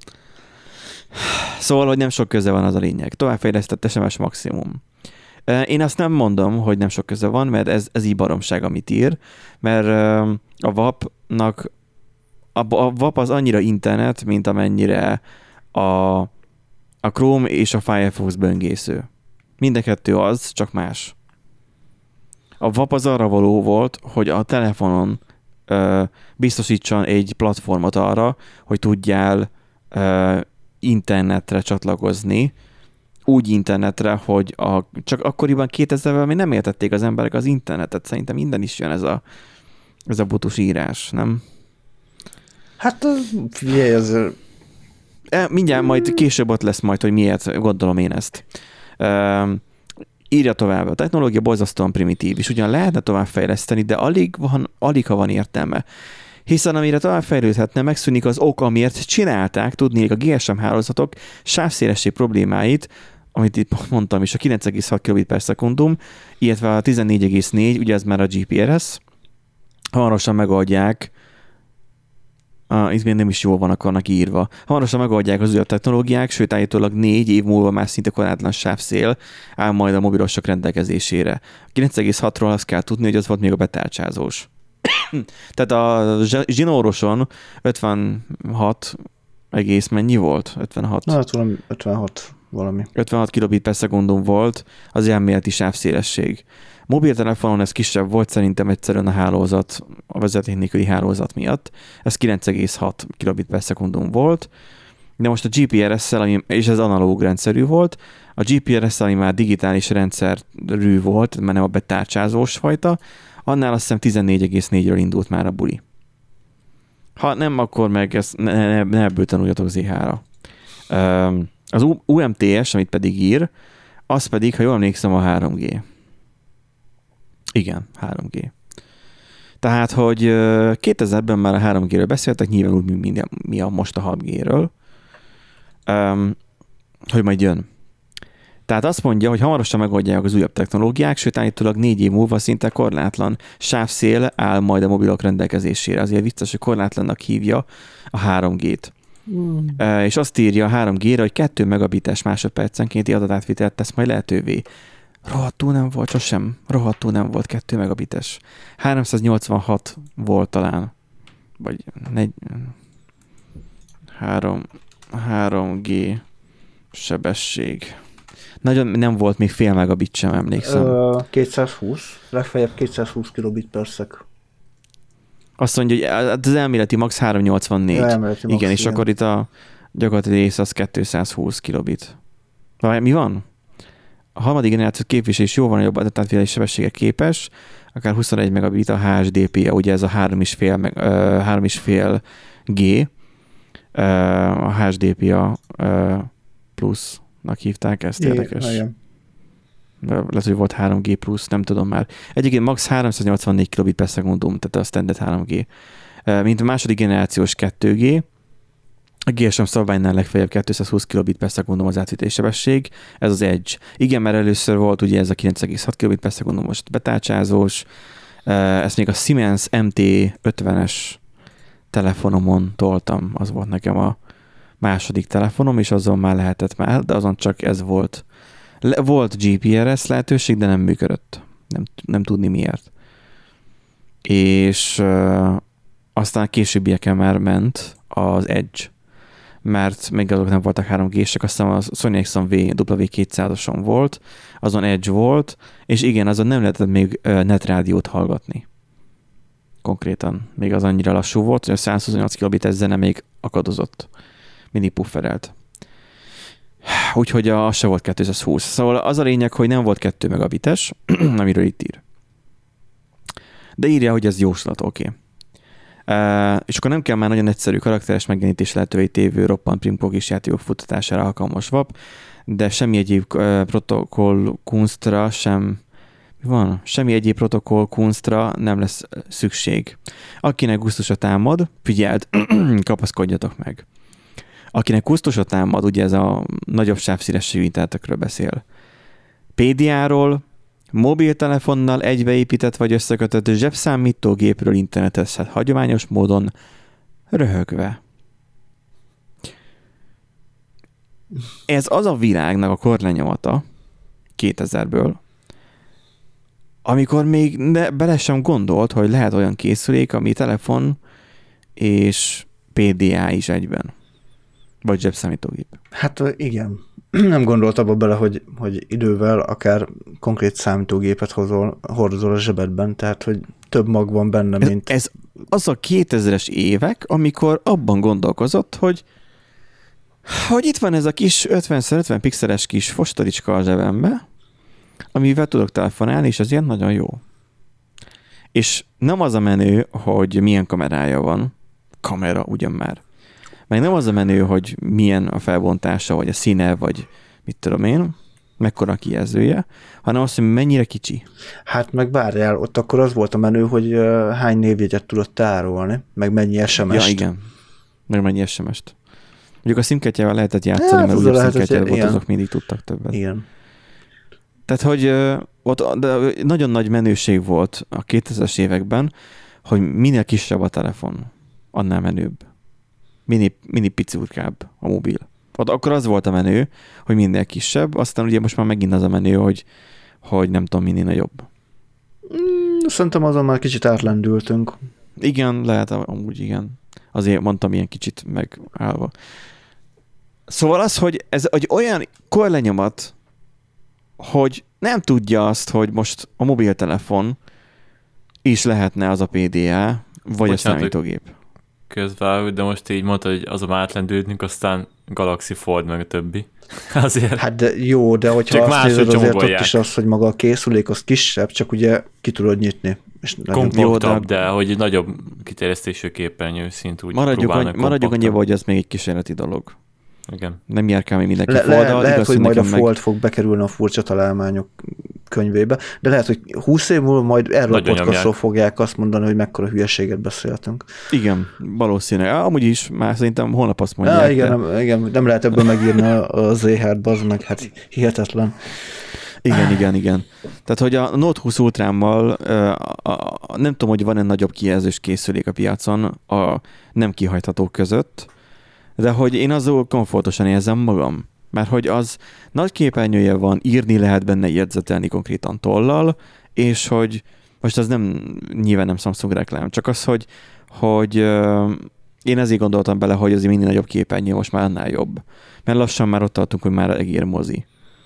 Szóval, hogy nem sok köze van, az a lényeg. Továbbfejlesztett es em es maximum. Ö, Én azt nem mondom, hogy nem sok köze van, mert ez, ez így baromság, amit ír, mert ö, a vapnak a, a vap az annyira internet, mint amennyire a, a Chrome és a Firefox böngésző. Mind a kettő az, csak más. A vap az arra való volt, hogy a telefonon ö, biztosítson egy platformot arra, hogy tudjál ö, internetre csatlakozni, úgy internetre, hogy a, csak akkoriban kétezerben még nem értették az emberek az internetet. Szerintem minden is jön ez a, ez a butus írás, nem? Hát figyelj, ez E, mindjárt majd később ott lesz majd, hogy miért gondolom én ezt. E, írja tovább. A technológia borzasztóan primitív, és ugyan lehetne továbbfejleszteni, de alig, van, alig ha van értelme. Hiszen amire továbbfejlődhetne, megszűnik az ok, amiért csinálták, tudnék a gé es em hálózatok sávszélesség problémáit, amit itt mondtam is, a kilenc egész hat kilobit per szekundum, illetve a tizennégy egész négy, ugye ez már a gé pé er es, hamarosan megoldják, ah, itt még nem is jól vannak annak írva, hamarosan megoldják az újabb technológiák, sőt állítólag négy év múlva már szinte korlátlan sávszél áll majd a mobilosok rendelkezésére. A kilenc egész hatról azt kell tudni, hogy az volt még a betárcsázós. Tehát a zsinóroson ötvenhat egész mennyi volt? ötvenhat. na, hát valami ötvenhat valami. ötvenhat kilobit per szekundum volt az elméleti sávszélesség. Mobiltelefonon ez kisebb volt, szerintem egyszerűen a hálózat, a vezeték nélküli hálózat miatt. Ez kilenc egész hat kilobit per szekundum volt. De most a gé pé er es-szel, ami, és ez analóg rendszerű volt, a gé pé er es-szel, ami már digitális rendszerű volt, mert nem a betárcsázós fajta, annál azt hiszem tizennégy egész négyről indult már a buli. Ha nem, akkor meg ezt ne, ne, ne ebből tanuljatok zé há-ra. Az u em té es, amit pedig ír, az pedig, ha jól emlékszem, a három gé. Igen, három gé. Tehát, hogy kétezerben már a három géről beszéltek, nyilván úgy, mint mi a most a hat géről, hogy majd jön. Tehát azt mondja, hogy hamarosan megoldják az újabb technológiák, sőt állítólag négy év múlva szinte korlátlan sávszél áll majd a mobilok rendelkezésére. Azért vicces, hogy korlátlannak hívja a három gét. Mm. E, és azt írja a három gére, hogy kettő megabites másodpercenkénti adatátvitelt tesz majd lehetővé. Rohadtul nem volt, sosem. Rohadtul nem volt kettő megabites. háromszáznyolcvanhat volt talán. Vagy negy... három gé sebesség. Nagyon nem volt még fél megabit sem, emlékszem. Ö, kétszázhúsz, legfeljebb kétszázhúsz kilobit per szek. Azt mondja, hogy az elméleti max háromszáznyolcvannégy. Ja, elméleti max, igen, és igen. akkor itt a gyakorlati rész az kétszázhúsz kilobit. Vagy mi van? A harmadik generáció képviselés jóval nagyobb adatátvételési sebességre képes, akár huszonegy megabit a há es dé pé, ugye ez a három egész öt G, a há es dé pé plusznak hívták ezt, érdekes. Igen. Lehet, hogy volt három gé plusz, nem tudom már. Egyébként max háromszáznyolcvannégy kilobit per szekundum, tehát a standard három gé. Mint a második generációs kettő gé, a gé es em szabványnál legfeljebb kétszázhúsz kilobit per szekundum az átvételési sebesség, ez az Edge. Igen, mert először volt ugye ez a kilenc egész hat kilobit per szekundum, most betárcsázós, Ezt még a Siemens em té ötvenes telefonomon toltam, az volt nekem a második telefonom, és azon már lehetett már, de azon csak ez volt. Le, volt gé pé er es lehetőség, de nem működött. Nem, nem tudni miért. És uh, aztán későbbieken már ment az Edge, mert még azok nem voltak három gések, aztán a Sony Ericsson dupla vé kétszázason volt, azon Edge volt, és igen, azon nem lehetett még uh, netrádiót hallgatni. Konkrétan. Még az annyira lassú volt, hogy a százhuszonnyolc kilobites zene még akadozott. Mindig pufferelt. Úgyhogy az se volt kétszázhúsz. Szóval az a lényeg, hogy nem volt kettő megabites, amiről itt ír. De írja, hogy ez jóslat, oké. Okay. Uh, és akkor nem kell már nagyon egyszerű karakteres megjelenítés lehetővé tévő roppant primkókis játékok futtatására alkalmas vap, de semmi egyéb uh, protokoll kunstra sem mi van? Semmi egyéb protokoll kunstra nem lesz szükség. Akinek gusztusa támad, figyeld, kapaszkodjatok meg. Akinek gusztusa támad, ugye ez a nagyobb sávszélességű internetekről beszél. pé dé á-ról, mobiltelefonnal egybeépített vagy összekötött zsebszámítógépről internetezhet hagyományos módon röhögve. Ez az a világnak a korlenyomata kétezrből, amikor még ne, bele sem gondolt, hogy lehet olyan készülék, ami telefon és pé dé á is egyben. Vagy zsebszámítógép. Hát igen. Nem gondolt abba bele, hogy, hogy idővel akár konkrét számítógépet hozol, hordozol a zsebedben, tehát hogy több mag van benne, mint... Ez, ez az a kétezres évek, amikor abban gondolkozott, hogy hogy itt van ez a kis ötven szer ötven pixeles kis fostoricska a zsebembe, amivel tudok telefonálni, és az ilyen nagyon jó. És nem az a menő, hogy milyen kamerája van, kamera ugyan már, meg nem az a menő, hogy milyen a felbontása, vagy a színe, vagy mit tudom én, mekkora a kijelzője, hanem azt, hogy mennyire kicsi. Hát meg várjál, ott akkor az volt a menő, hogy uh, hány névjegyet tudott tárolni, meg mennyi es em es-t. Ja, igen. Meg mennyi es em es-t. Mondjuk a szimkártyával lehetett játszani, hát, mert újabb szimkártyával volt, azok mindig tudtak többet. Igen. Tehát, hogy uh, ott de nagyon nagy menőség volt a kétezres években, hogy minél kisebb a telefon, annál menőbb. Mini, mini picurkább a mobil. Ott akkor az volt a menő, hogy minél kisebb, aztán ugye most már megint az a menő, hogy, hogy nem tudom, minél nagyobb. Mm, szerintem azon már kicsit átlendültünk. Igen, lehet amúgy igen. Azért mondtam ilyen kicsit megállva. Szóval az, hogy ez egy olyan korlenyomat, hogy nem tudja azt, hogy most a mobiltelefon is lehetne az a pé dé á, vagy Bocsánat, a számítógép. Közvágó, de most így mondta, hogy azon átlendültünk, aztán Galaxy Fold meg a többi. Azért. Hát de jó, de hogyha csak azt nézed, azért ott is az, hogy maga a készülék az kisebb, csak ugye ki tudod nyitni. Kompaktabb, de hogy nagyobb kiterjesztésű képernyő szint úgy maradjuk próbálnak. Maradjuk annyiba, hogy ez még egy kísérleti dolog. Igen. Nem járkál még mindenki le, Fold-dal. Le, lehet, igaz, hogy majd a Fold meg... fog bekerülni a furcsa találmányok könyvébe, de lehet, hogy húsz év múlva majd erről Nagyon a podcastról fogják azt mondani, hogy mekkora hülyeséget beszéltünk. Igen, valószínűleg. Amúgy is, már szerintem holnap azt mondják. Ja, igen, de... nem, igen, nem lehet ebből megírni a zé há-t, bazd meg, hát hihetetlen. Igen, igen, igen. Tehát, hogy a Note húsz Ultrámmal nem tudom, hogy van-e nagyobb kijelzős készülék a piacon a nem kihajthatók között, de hogy én azzal komfortosan érzem magam. Mert hogy az nagy képernyője van, írni lehet benne, jegyzetelni konkrétan tollal, és hogy most az nem, nyilván nem Samsung reklám, csak az, hogy, hogy euh, én ezért gondoltam bele, hogy azért minél nagyobb képernyő most már annál jobb. Mert lassan már ott tartunk, hogy már egér mozi.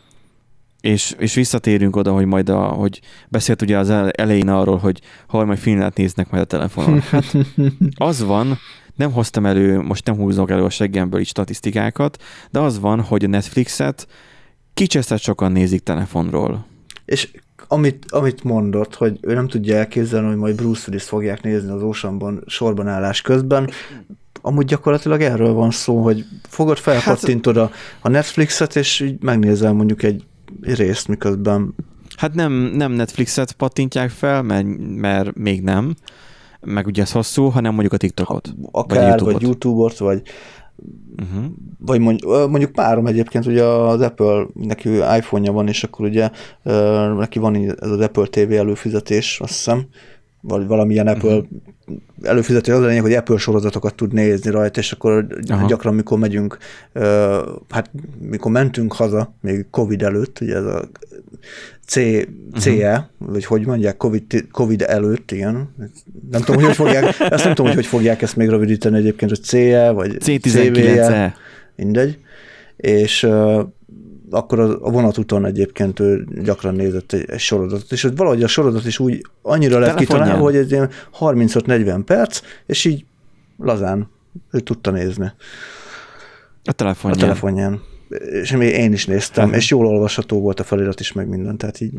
És, és visszatérünk oda, hogy majd a, hogy beszélt ugye az elején arról, hogy hol majd filmet néznek majd a telefonon. Hát az van, nem hoztam elő, most nem húzok elő a seggemből is statisztikákat, de az van, hogy a Netflixet kicsesztett sokan nézik telefonról. És amit, amit mondott, hogy ő nem tudja elképzelni, hogy majd Bruce Willis fogják nézni az Oceanban sorban állás közben, amúgy gyakorlatilag erről van szó, hogy fogod, felpattintod a, a Netflixet, és így megnézel mondjuk egy részt, miközben... Hát nem, nem Netflixet pattintják fel, mert, mert még nem, meg ugye ez hosszú, hanem mondjuk a TikTokot. Ha, akár, vagy YouTube-ot, vagy, YouTube-ot, vagy, uh-huh. vagy mondjuk, mondjuk párom egyébként, ugye az Apple, neki iPhone-ja van, és akkor ugye neki van ez az Apple té vé előfizetés, azt hiszem, vagy valamilyen Apple uh-huh. előfizető, az a lényeg, hogy Apple sorozatokat tud nézni rajta, és akkor Aha. gyakran, mikor megyünk, hát mikor mentünk haza, még Covid előtt, ugye ez a C, cé e, uh-huh. vagy hogy mondják, COVID, COVID előtt, igen. Nem tudom, hogy hogy fogják, ezt nem tudom, hogy hogy fogják ezt még rövidíteni egyébként, hogy cé e, vagy C tizenkilenc e. Mindegy. És uh, akkor a vonatúton egyébként ő gyakran nézett egy, egy sorozatot, és valahogy a sorozat is úgy annyira lett kitalálva, hogy ez ilyen harmincöt-negyven perc, és így lazán ő tudta nézni. A telefonján. A telefonján. És én is néztem, Aha. és jól olvasható volt a felirat is, meg minden, tehát így...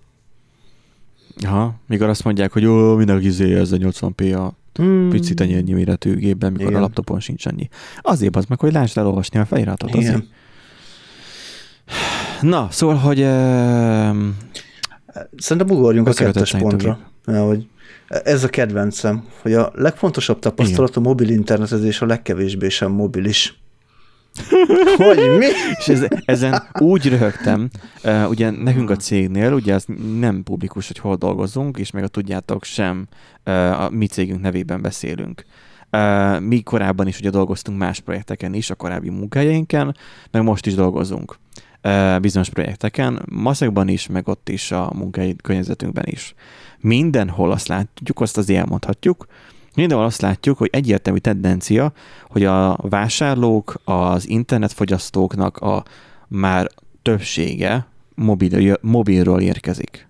Aha, mikor azt mondják, hogy jó, mindenki izé ezernyolcvan pé a hmm. picit ennyi méretű gépben, mikor Igen. a laptopon sincs annyi. Azért az meg, hogy lásd elolvasni a feliratot. Igen. Azért. Na, szóval, hogy... Uh, Szerintem ugorjunk a kettes pontra. Hogy ez a kedvencem, hogy a legfontosabb tapasztalat Igen. a mobil internetezés a legkevésbé sem mobilis. Hogy mi? És ez, ezen úgy röhögtem, uh, ugye nekünk a cégnél, ugye az nem publikus, hogy hol dolgozunk, és meg a tudjátok sem uh, a mi cégünk nevében beszélünk. Uh, mi korábban is ugye dolgoztunk más projekteken is, a korábbi munkahelyeinken, meg most is dolgozunk uh, bizonyos projekteken, Maszekban is, meg ott is a munkahelyi környezetünkben is. Mindenhol azt látjuk, azt azért elmondhatjuk, mindenhol azt látjuk, hogy egyértelmű tendencia, hogy a vásárlók, az internetfogyasztóknak a már többsége mobil, mobilról érkezik.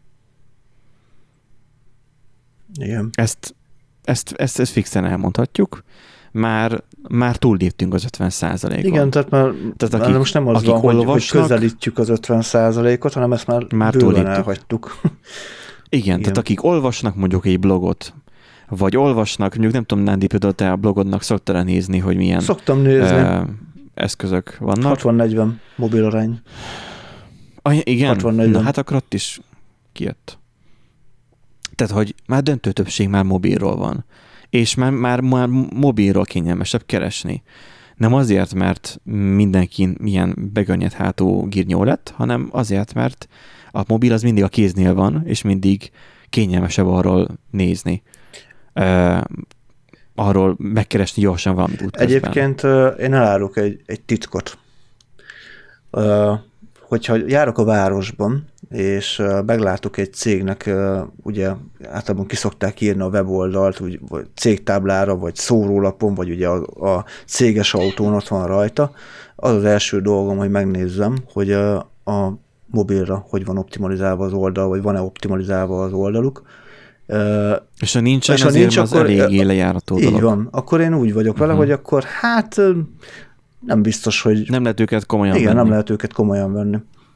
Igen. Ezt, ezt, ezt, ezt fixen elmondhatjuk. Már, már túlléptünk az ötven százalékon. Igen, tehát már, tehát akik, már most nem az van, hogy, hogy közelítjük az ötven százalékot, hanem ezt már, már bőven elhagytuk. Igen, Igen, tehát akik olvasnak mondjuk egy blogot, vagy olvasnak, mondjuk nem tudom, Nándi, például te a blogodnak szoktál nézni, hogy milyen Szoktam nézni. Ö, eszközök vannak. hatvan-negyven mobil arány. Ah, igen? hatvan-negyven. Na, hát akkor ott is kijött. Tehát, hogy már döntő többség már mobilról van. És már, már, már mobilról kényelmesebb keresni. Nem azért, mert mindenki milyen begönnyed hátú gírnyó lett, hanem azért, mert a mobil az mindig a kéznél van, és mindig kényelmesebb arról nézni. Uh, arról megkeresni gyorsan valamit útközben. Egyébként uh, én elárulok egy, egy titkot. Uh, hogyha járok a városban, és uh, meglátok egy cégnek, uh, ugye általában ki szokták írni a weboldalt, úgy, vagy cégtáblára, vagy szórólapon, vagy ugye a, a céges autón ott van rajta, az az első dolgom, hogy megnézzem, hogy uh, a mobilra hogy van optimalizálva az oldal, vagy van-e optimalizálva az oldaluk. Uh, és ha nincsen, és ha azért nincs, az akkor, eléggé lejárató így dolog. Így van. Akkor én úgy vagyok vele, uh-huh. hogy akkor hát nem biztos, hogy... Nem lehet őket komolyan igen, venni. nem lehet őket komolyan venni.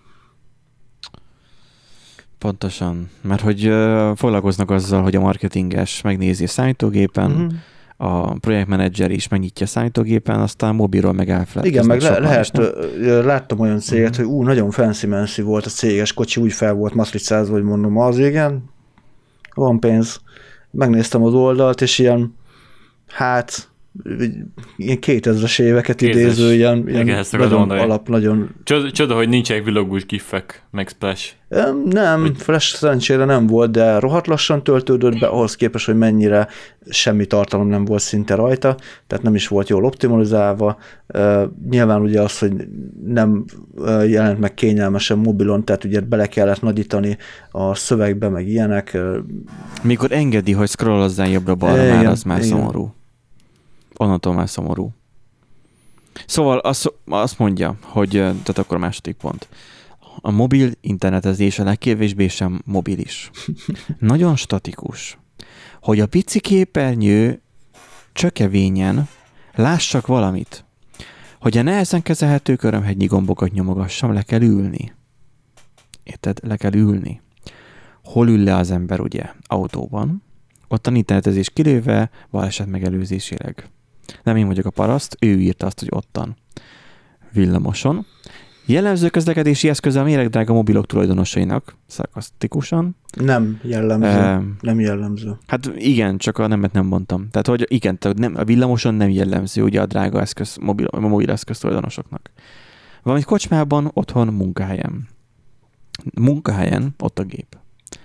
Pontosan. Mert hogy uh, foglalkoznak azzal, hogy a marketinges megnézi a számítógépen, uh-huh. a projektmenedzser is megnyitja a számítógépen, aztán mobilról meg elfelejtkeznek. Igen, meg le- lehet, is, láttam olyan céget, uh-huh. hogy ú, nagyon fancy-mancy volt a céges kocsi, úgy fel volt matricázva, hogy mondom, az igen, van pénz. Megnéztem az oldalt, és ilyen, hát, ilyen kétezres éveket Kézes. idéző, ilyen, ilyen nagyon alap, nagyon... Csoda, csoda, hogy nincsenek villogós gifek, meg splash. Nem, hogy... flash szerencsére nem volt, de rohadt lassan töltődött be, ahhoz képest, hogy mennyire semmi tartalom nem volt szinte rajta, tehát nem is volt jól optimalizálva. Uh, nyilván ugye az, hogy nem uh, jelent meg kényelmesen mobilon, tehát ugye bele kellett nagyítani a szövegbe, meg ilyenek. Uh, Mikor engedi, hogy scrollozzál jobbra-balra, igen, már az már igen. szomorú. Onnantól már szomorú. Szóval azt, azt mondja, hogy, tehát akkor a második pont. A mobil internetezés a legkevésbé sem mobilis. Nagyon statikus. Hogy a pici képernyő csökevényen lássak valamit. Hogy a nehezen kezelhető körömhegynyi gombokat nyomogassam, le kell ülni. Érted? Le kell ülni. Hol ül le az ember, ugye? Autóban. Ott a internetezés kilőve, baleset megelőzésileg. Nem én vagyok a paraszt, ő írta azt, hogy ottan. Villamoson. Jellemző közlekedési eszköze a méregdrága mobilok tulajdonosainak, szarkasztikusan. Nem jellemző. E, nem jellemző. Hát igen, csak a nemet nem mondtam. Tehát, hogy igen, tehát nem, a villamoson nem jellemző ugye a drága eszköz, mobil, a mobil eszköz tulajdonosoknak. Valamint kocsmában, otthon, munkahelyen. Munkahelyen, ott a gép.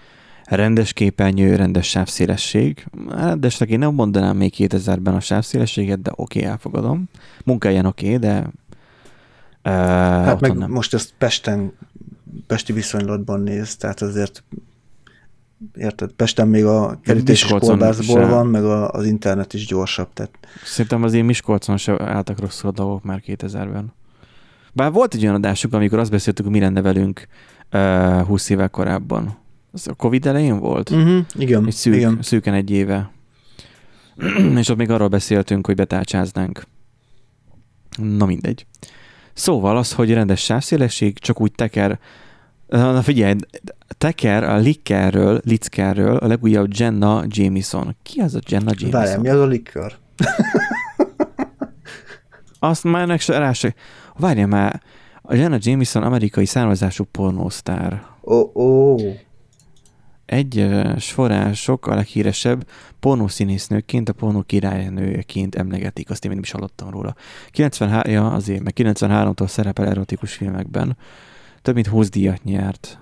rendes képernyő, rendes sávszélesség. Rendesnek én nem mondanám még kétezerben a sávszélességet, de oké, okay, elfogadom. Munkáján oké, okay, de uh, hát meg nem. most ezt Pesten, pesti viszonylatban néz, tehát azért érted, Pesten még a kerítéses kolbászból van, meg a, az internet is gyorsabb. Tehát... Szerintem azért Miskolcon sem álltak rosszul a dolgok már kétezerben. Bár volt egy olyan adásuk, amikor azt beszéltük, hogy mi lenne velünk uh, húsz évvel korábban. Az a Covid elején volt? Uh-huh, igen. Egy szűk, igen. Szűken egy éve. És ott még arról beszéltünk, hogy betárcsáznánk. Na mindegy. Szóval az, hogy rendes sávszélesség, csak úgy teker. Na figyelj, teker a Lickerről, Lickerről a legújabb Jenna Jameson. Ki az a Jenna Jameson? Várjál, mi az a Licker? Azt már meg se rá se... Várjál már, a Jenna Jameson amerikai származású pornósztár. Ó, oh, ó. Oh. Egyes források a leghíresebb pornószínésznőként, a pornó királynőként emlegetik, azt én még nem is hallottam róla. kilencvenhárom, ja, azért, meg kilencvenháromtól szerepel erotikus filmekben. Több mint húsz díjat nyert.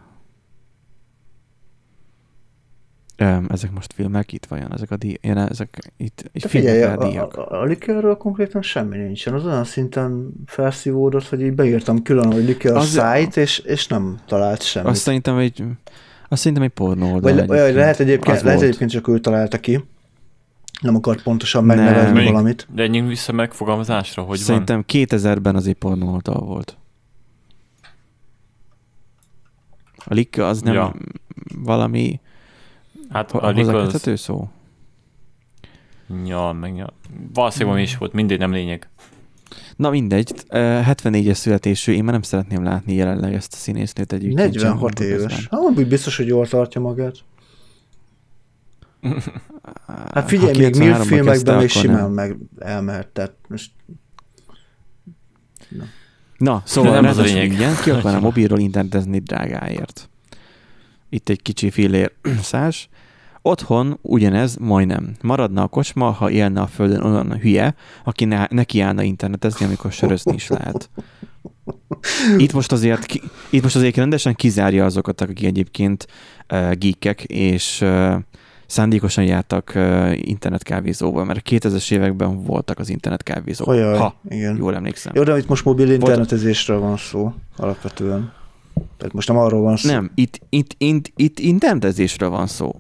Ezek most filmek itt vajon, ezek a díjak, ezek itt, itt figyelj, filmek a, díjak. A, a, a Lickerről konkrétan semmi nincsen. Az olyan szinten felszívódott, hogy így beírtam külön, hogy Licker a site, és, és nem talált semmit. Azt szerintem egy, azt szerintem egy pornó oldal. Vagy le, lehet egyébként, lehet egyébként csak ő találta ki. Nem akart pontosan megnevezni Még, valamit. De ennyi vissza megfogalmazásra, hogy szerintem van? kétezerben az egy pornó oldal volt. A Licker az nem ja. valami hát a Licker az... szó. Ja, meg ja. Valószínűleg hmm. is volt, mindegy, nem lényeg. Na mindegy, hetvennégyes születésű, én már nem szeretném látni jelenleg ezt a színésznőt egyébként. negyvenhat éves. Hát biztos, hogy jól tartja magát. Hát figyelj, még MILF filmekben még simán meg elmehet, tehát most... Na, Na szóval nem az a lényeg. Igen, ki akarna mobilról internetezni drágáért. Itt egy kicsi fillér szás. Otthon ugyanez majdnem. Maradna a kocsma, ha élne a földön olyan hülye, aki ne, neki állna internetezni, amikor sörözni is lehet. Itt most azért, ki, itt most azért rendesen kizárja azokat, akik egyébként uh, geekek, és uh, szándékosan jártak uh, internetkávézóba, mert a kétezres években voltak az internetkávézók. Ajaj, ha, igen. Jól emlékszem. Jó, de itt most mobil internetezésről van szó, alapvetően. Tehát most nem arról van szó. Nem, itt, itt, itt, itt internetezésről van szó.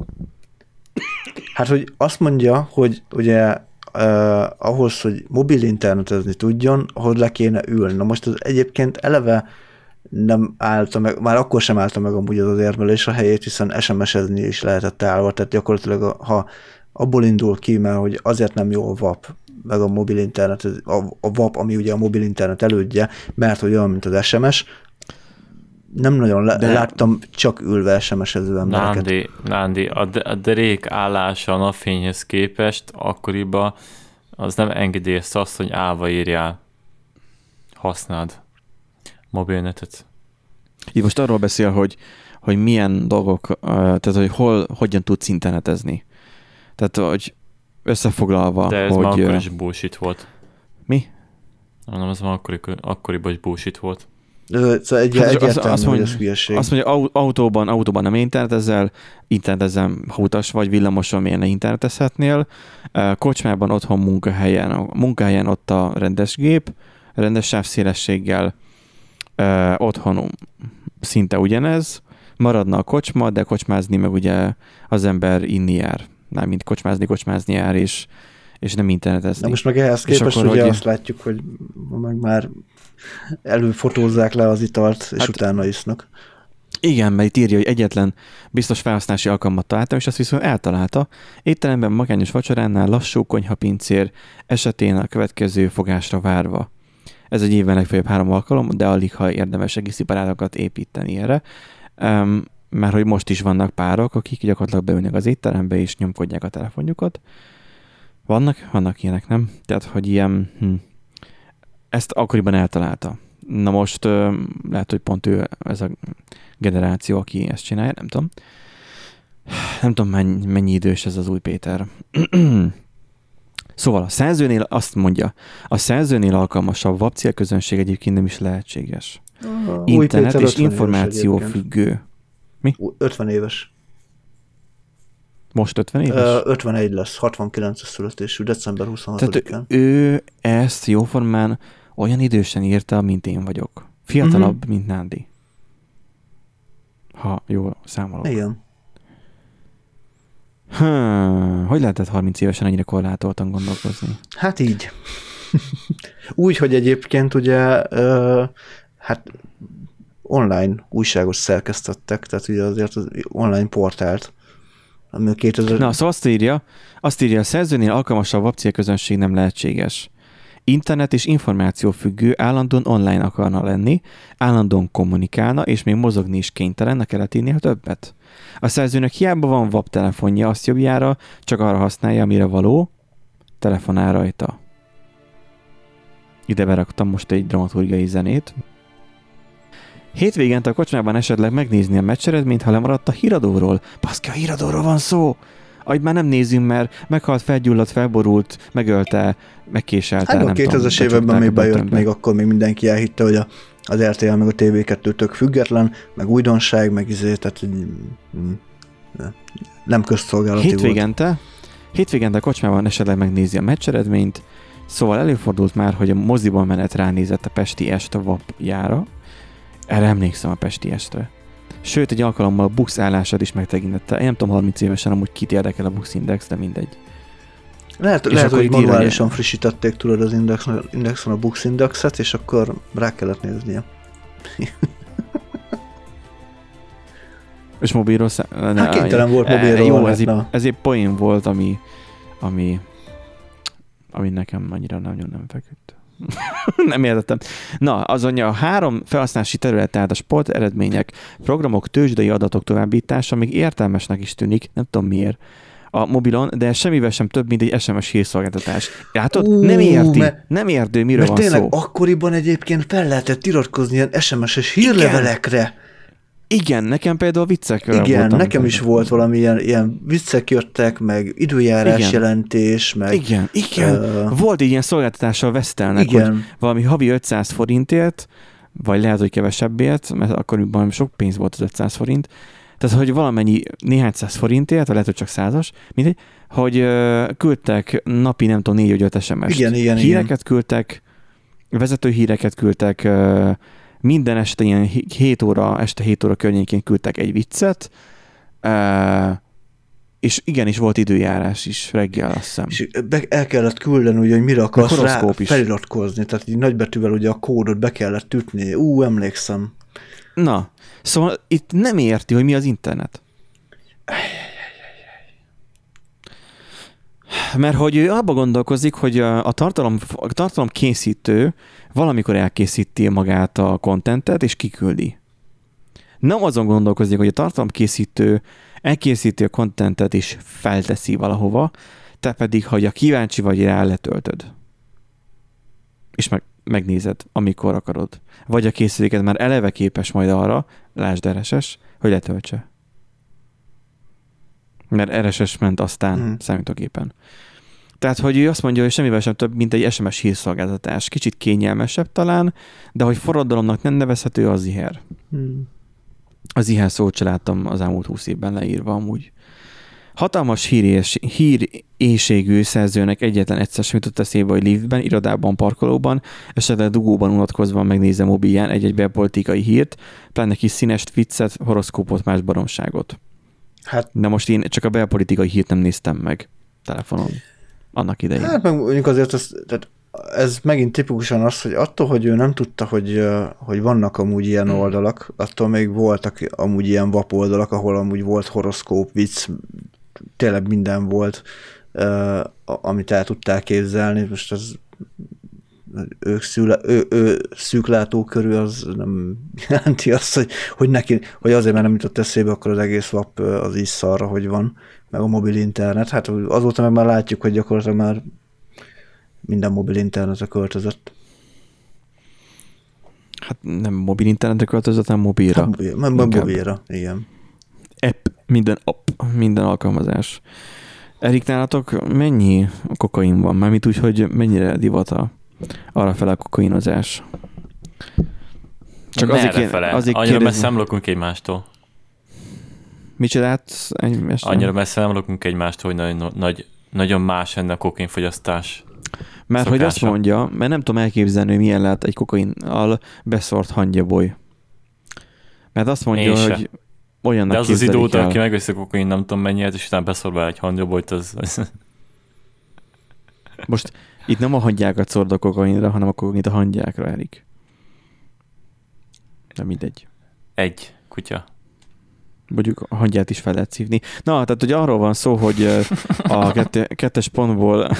Hát, hogy azt mondja, hogy ugye eh, ahhoz, hogy mobil internetezni tudjon, ahhoz le kéne ülni. Na most az egyébként eleve nem állta meg, már akkor sem állta meg amúgy az az érvelés a helyét, hiszen es em es-ezni is lehetett állva, tehát gyakorlatilag ha abból indul ki, mert hogy azért nem jó a vé á pé, meg a mobil internet, a, a vé á pé, ami ugye a mobil internet elődje, mert hogy olyan, mint az es em es, nem nagyon le- de láttam csak ülve es em es-ező embereket. Nándi, Nándi a, de, a derék állása a napfényhez képest akkoriban az nem engedélyezte azt, hogy állva írjál. Használd mobilnetet. Így most arról beszél, hogy, hogy milyen dolgok, tehát hogy hol, hogyan tudsz internetezni. Tehát, hogy összefoglalva, de ez hogy... már akkor is bullshit volt. Mi? Nem, ez már akkori, akkoriban is bullshit volt. Szóval egy, hát egyértelmű, az, azt mondja, hogy ez hülyeség. Azt mondja, autóban, autóban nem internetezzel, internetezem, ha utas vagy, villamoson miért ne internetezhetnél. Kocsmában, otthon, munkahelyen, a munkahelyen ott a rendes gép, rendes sávszélességgel, otthon szinte ugyanez, maradna a kocsma, de kocsmázni meg ugye az ember inni jár. Nem, mint kocsmázni, kocsmázni jár, és, és nem internetezni. Na most meg ehhez képest akkor, ugye hogy... azt látjuk, hogy meg már előfotózzák le az italt, és hát, utána isznak. Igen, mert itt írja, hogy egyetlen biztos felhasználási alkalmat találtam, és azt viszont eltalálta. Étteremben magányos vacsoránál lassú konyhapincér esetén a következő fogásra várva. Ez egy évben legfeljebb három alkalom, de alig ha érdemes egész iparátokat építeni erre. Um, mert hogy most is vannak párok, akik gyakorlatilag beülnek az étterembe, és nyomkodják a telefonjukat. Vannak? Vannak ilyenek, nem? Tehát, hogy ilyen... Hm. Ezt akkoriban eltalálta. Na most uh, lehet, hogy pont ő ez a generáció, aki ezt csinálja, nem tudom. Nem tudom, mennyi, mennyi idős ez az új Péter. Szóval a szerzőnél azt mondja, a szerzőnél alkalmasabb vé á pé célközönség egyébként nem is lehetséges. Uh, Internet és információ függő. Mi? ötven éves. Most ötven éves? Ö, ötvenegy lesz, hatvankilences születésű, december huszonhatodikán. Tehát ő ezt jóformán olyan idősen írta, mint én vagyok. Fiatalabb, uh-huh. mint Nándi. Ha jól számolok. Igen. Hmm, hogy lehetett harminc évesen ennyire korlátoltan gondolkozni? Hát így. Úgy, hogy egyébként ugye ö, hát online újságos szerkesztettek, tehát ugye azért az online portált, ami kétezer... Na, szóval azt írja, azt írja, a szerzőnél alkalmasabb webcélközönség nem lehetséges. Internet és információ függő, állandóan online akarna lenni, állandóan kommunikálna, és még mozogni is kénytelen, ne kellett írnia többet. A szerzőnek hiába van web telefonja, azt jobbjára csak arra használja, amire való, telefonál rajta. Ide beraktam most egy dramaturgiai zenét. Hétvégente a kocsmában esetleg megnézni a meccseredményt, ha lemaradt a híradóról. Baszki, a híradóról van szó! Ahogy már nem nézünk, mert meghalt, felgyulladt, felborult, megölte, megkéselte, hát nem tudom. kétezres években még bejött, még akkor még mindenki elhitte, hogy a, az er té el meg a té vé kettő tök független, meg újdonság, meg izé, tehát nem közszolgálati Hétvégente, volt. hétvégente a kocsmában esetleg megnézi a meccseredményt, szóval előfordult már, hogy a moziban menet ránézett a Pesti Est a vapjára. Erre emlékszem, a Pesti Estre. Sőt, egy alkalommal a Bux állását is megtekintette. Én nem tudom, harminc évesen amúgy kit érdekel a Bux Index, de mindegy. Lehet, lehet hogy manuálisan írja. Frissítették tudod az indexon, indexon a Bux Indexet, és akkor rá kellett néznie. És mobilról szá... Hát kénytelen volt mobilról. Jó, ez, egy, ez egy poén volt, ami, ami, ami nekem annyira nagyon nem feküdt. Nem értettem. Na, azonja a három felhasználási terület, tehát a sport eredmények, programok, tőzsdei adatok továbbítása még értelmesnek is tűnik, nem tudom miért, a mobilon, de semmivel sem több, mint egy es em es hírszolgáltatás. Látod? Uh, nem érti. Mert, nem érti, miről van tényleg szó. akkoriban egyébként fel lehetett iratkozni ilyen es em es-es hírlevelekre. Igen. Igen, nekem például viccek Igen, voltam, nekem is volt valami ilyen, ilyen viccek jöttek, meg időjárás igen. jelentés, meg... Igen, igen. Uh, volt egy ilyen szolgáltatással Vestelnek, igen. hogy valami havi ötszáz forintért, vagy lehet, hogy kevesebbért, mert akkoriban sok pénz volt az ötszáz forint, tehát, hogy valamennyi néhány száz forintért, vagy lehet, hogy csak százas, mindegy, hogy uh, küldtek napi, nem tudom, négy vagy öt es em est. Igen, igen, híreket igen. küldtek, vezető híreket küldtek, uh, minden este ilyen hét óra, este hét óra környékén küldtek egy viccet, uh, és igenis volt időjárás is reggel, azt hiszem. És be, el kellett küldeni, ugye, hogy mire akarsz rá feliratkozni, tehát így nagybetűvel ugye a kódot be kellett ütni. Ú, emlékszem. Na, szóval itt nem érti, hogy mi az internet. Mert hogy ő abba gondolkozik, hogy a tartalom, a tartalom készítő valamikor elkészíti magát a kontentet, és kiküldi. Nem azon gondolkozik, hogy a tartalom készítő elkészíti a kontentet, és felteszi valahova, te pedig, hogy a kíváncsi vagy rá, letöltöd. És meg, megnézed, amikor akarod. Vagy a készüléket már eleve képes majd arra, lásd er es es, hogy letöltse. Mert er es es ment aztán hmm. számítógépen. Tehát, hogy ő azt mondja, hogy semmivel sem több, mint egy es em es hírszolgáltatás. Kicsit kényelmesebb talán, de hogy forradalomnak nem nevezhető, az iher. Hmm. Az iher szót se láttam az elmúlt húsz évben leírva amúgy. Hatalmas hírés, híréségű szerzőnek egyetlen egyszer sem jutott eszébe, hogy liftben, irodában, parkolóban, esetleg dugóban unatkozva megnézze mobilján egy-egy belpolitikai hírt, pláne kis színest, viccet, horoszkópot, más baromságot. Hát, de most én csak a belpolitikai hírt nem néztem meg telefonon annak idején. Hát meg mondjuk azért ez, tehát ez megint tipikusan az, hogy attól, hogy ő nem tudta, hogy, hogy vannak amúgy ilyen oldalak, attól még voltak amúgy ilyen vap oldalak, ahol amúgy volt horoszkóp, vicc, tényleg minden volt, amit el tudtál képzelni. Most ez ők szűle, ő, ő szűklátókörű, az nem jelenti azt, hogy, hogy neki, hogy azért, mert nem jutott eszébe, akkor az egész vap az is szarra, hogy van, meg a mobil internet. Hát azóta meg már látjuk, hogy gyakorlatilag már minden mobil internetre költözött. Hát nem mobil internetre költözött, hanem mobilra. Hát mobil, mobilra, igen. App, minden app, minden alkalmazás. Erik, nálatok mennyi kokain van? Mármint úgy, hogy mennyire divata arra fele a kokainozás? Csak azért, kér, azért Annyira messze nem lakunk egymástól. Micsodát? Annyira messze nem lakunk egymást, hogy nagy, nagy, nagyon más enne a kokainfogyasztás. Mert szokása. Hogy azt mondja, mert nem tudom elképzelni, hogy milyen lehet egy kokainnal beszort hangyaboly. Mert azt mondja, hogy olyannak de az az idő után, aki megveszi a kokain, nem tudom mennyiért, és utána beszor be egy hangyabolyt, az... az... Most itt nem a hangyákat szord a kokainra, hanem a kokaint a hangyákra, Erik. De mindegy. Egy kutya. Mondjuk a hangyát is fel lehet szívni. Na, tehát hogy arról van szó, hogy a kette, kettes pontból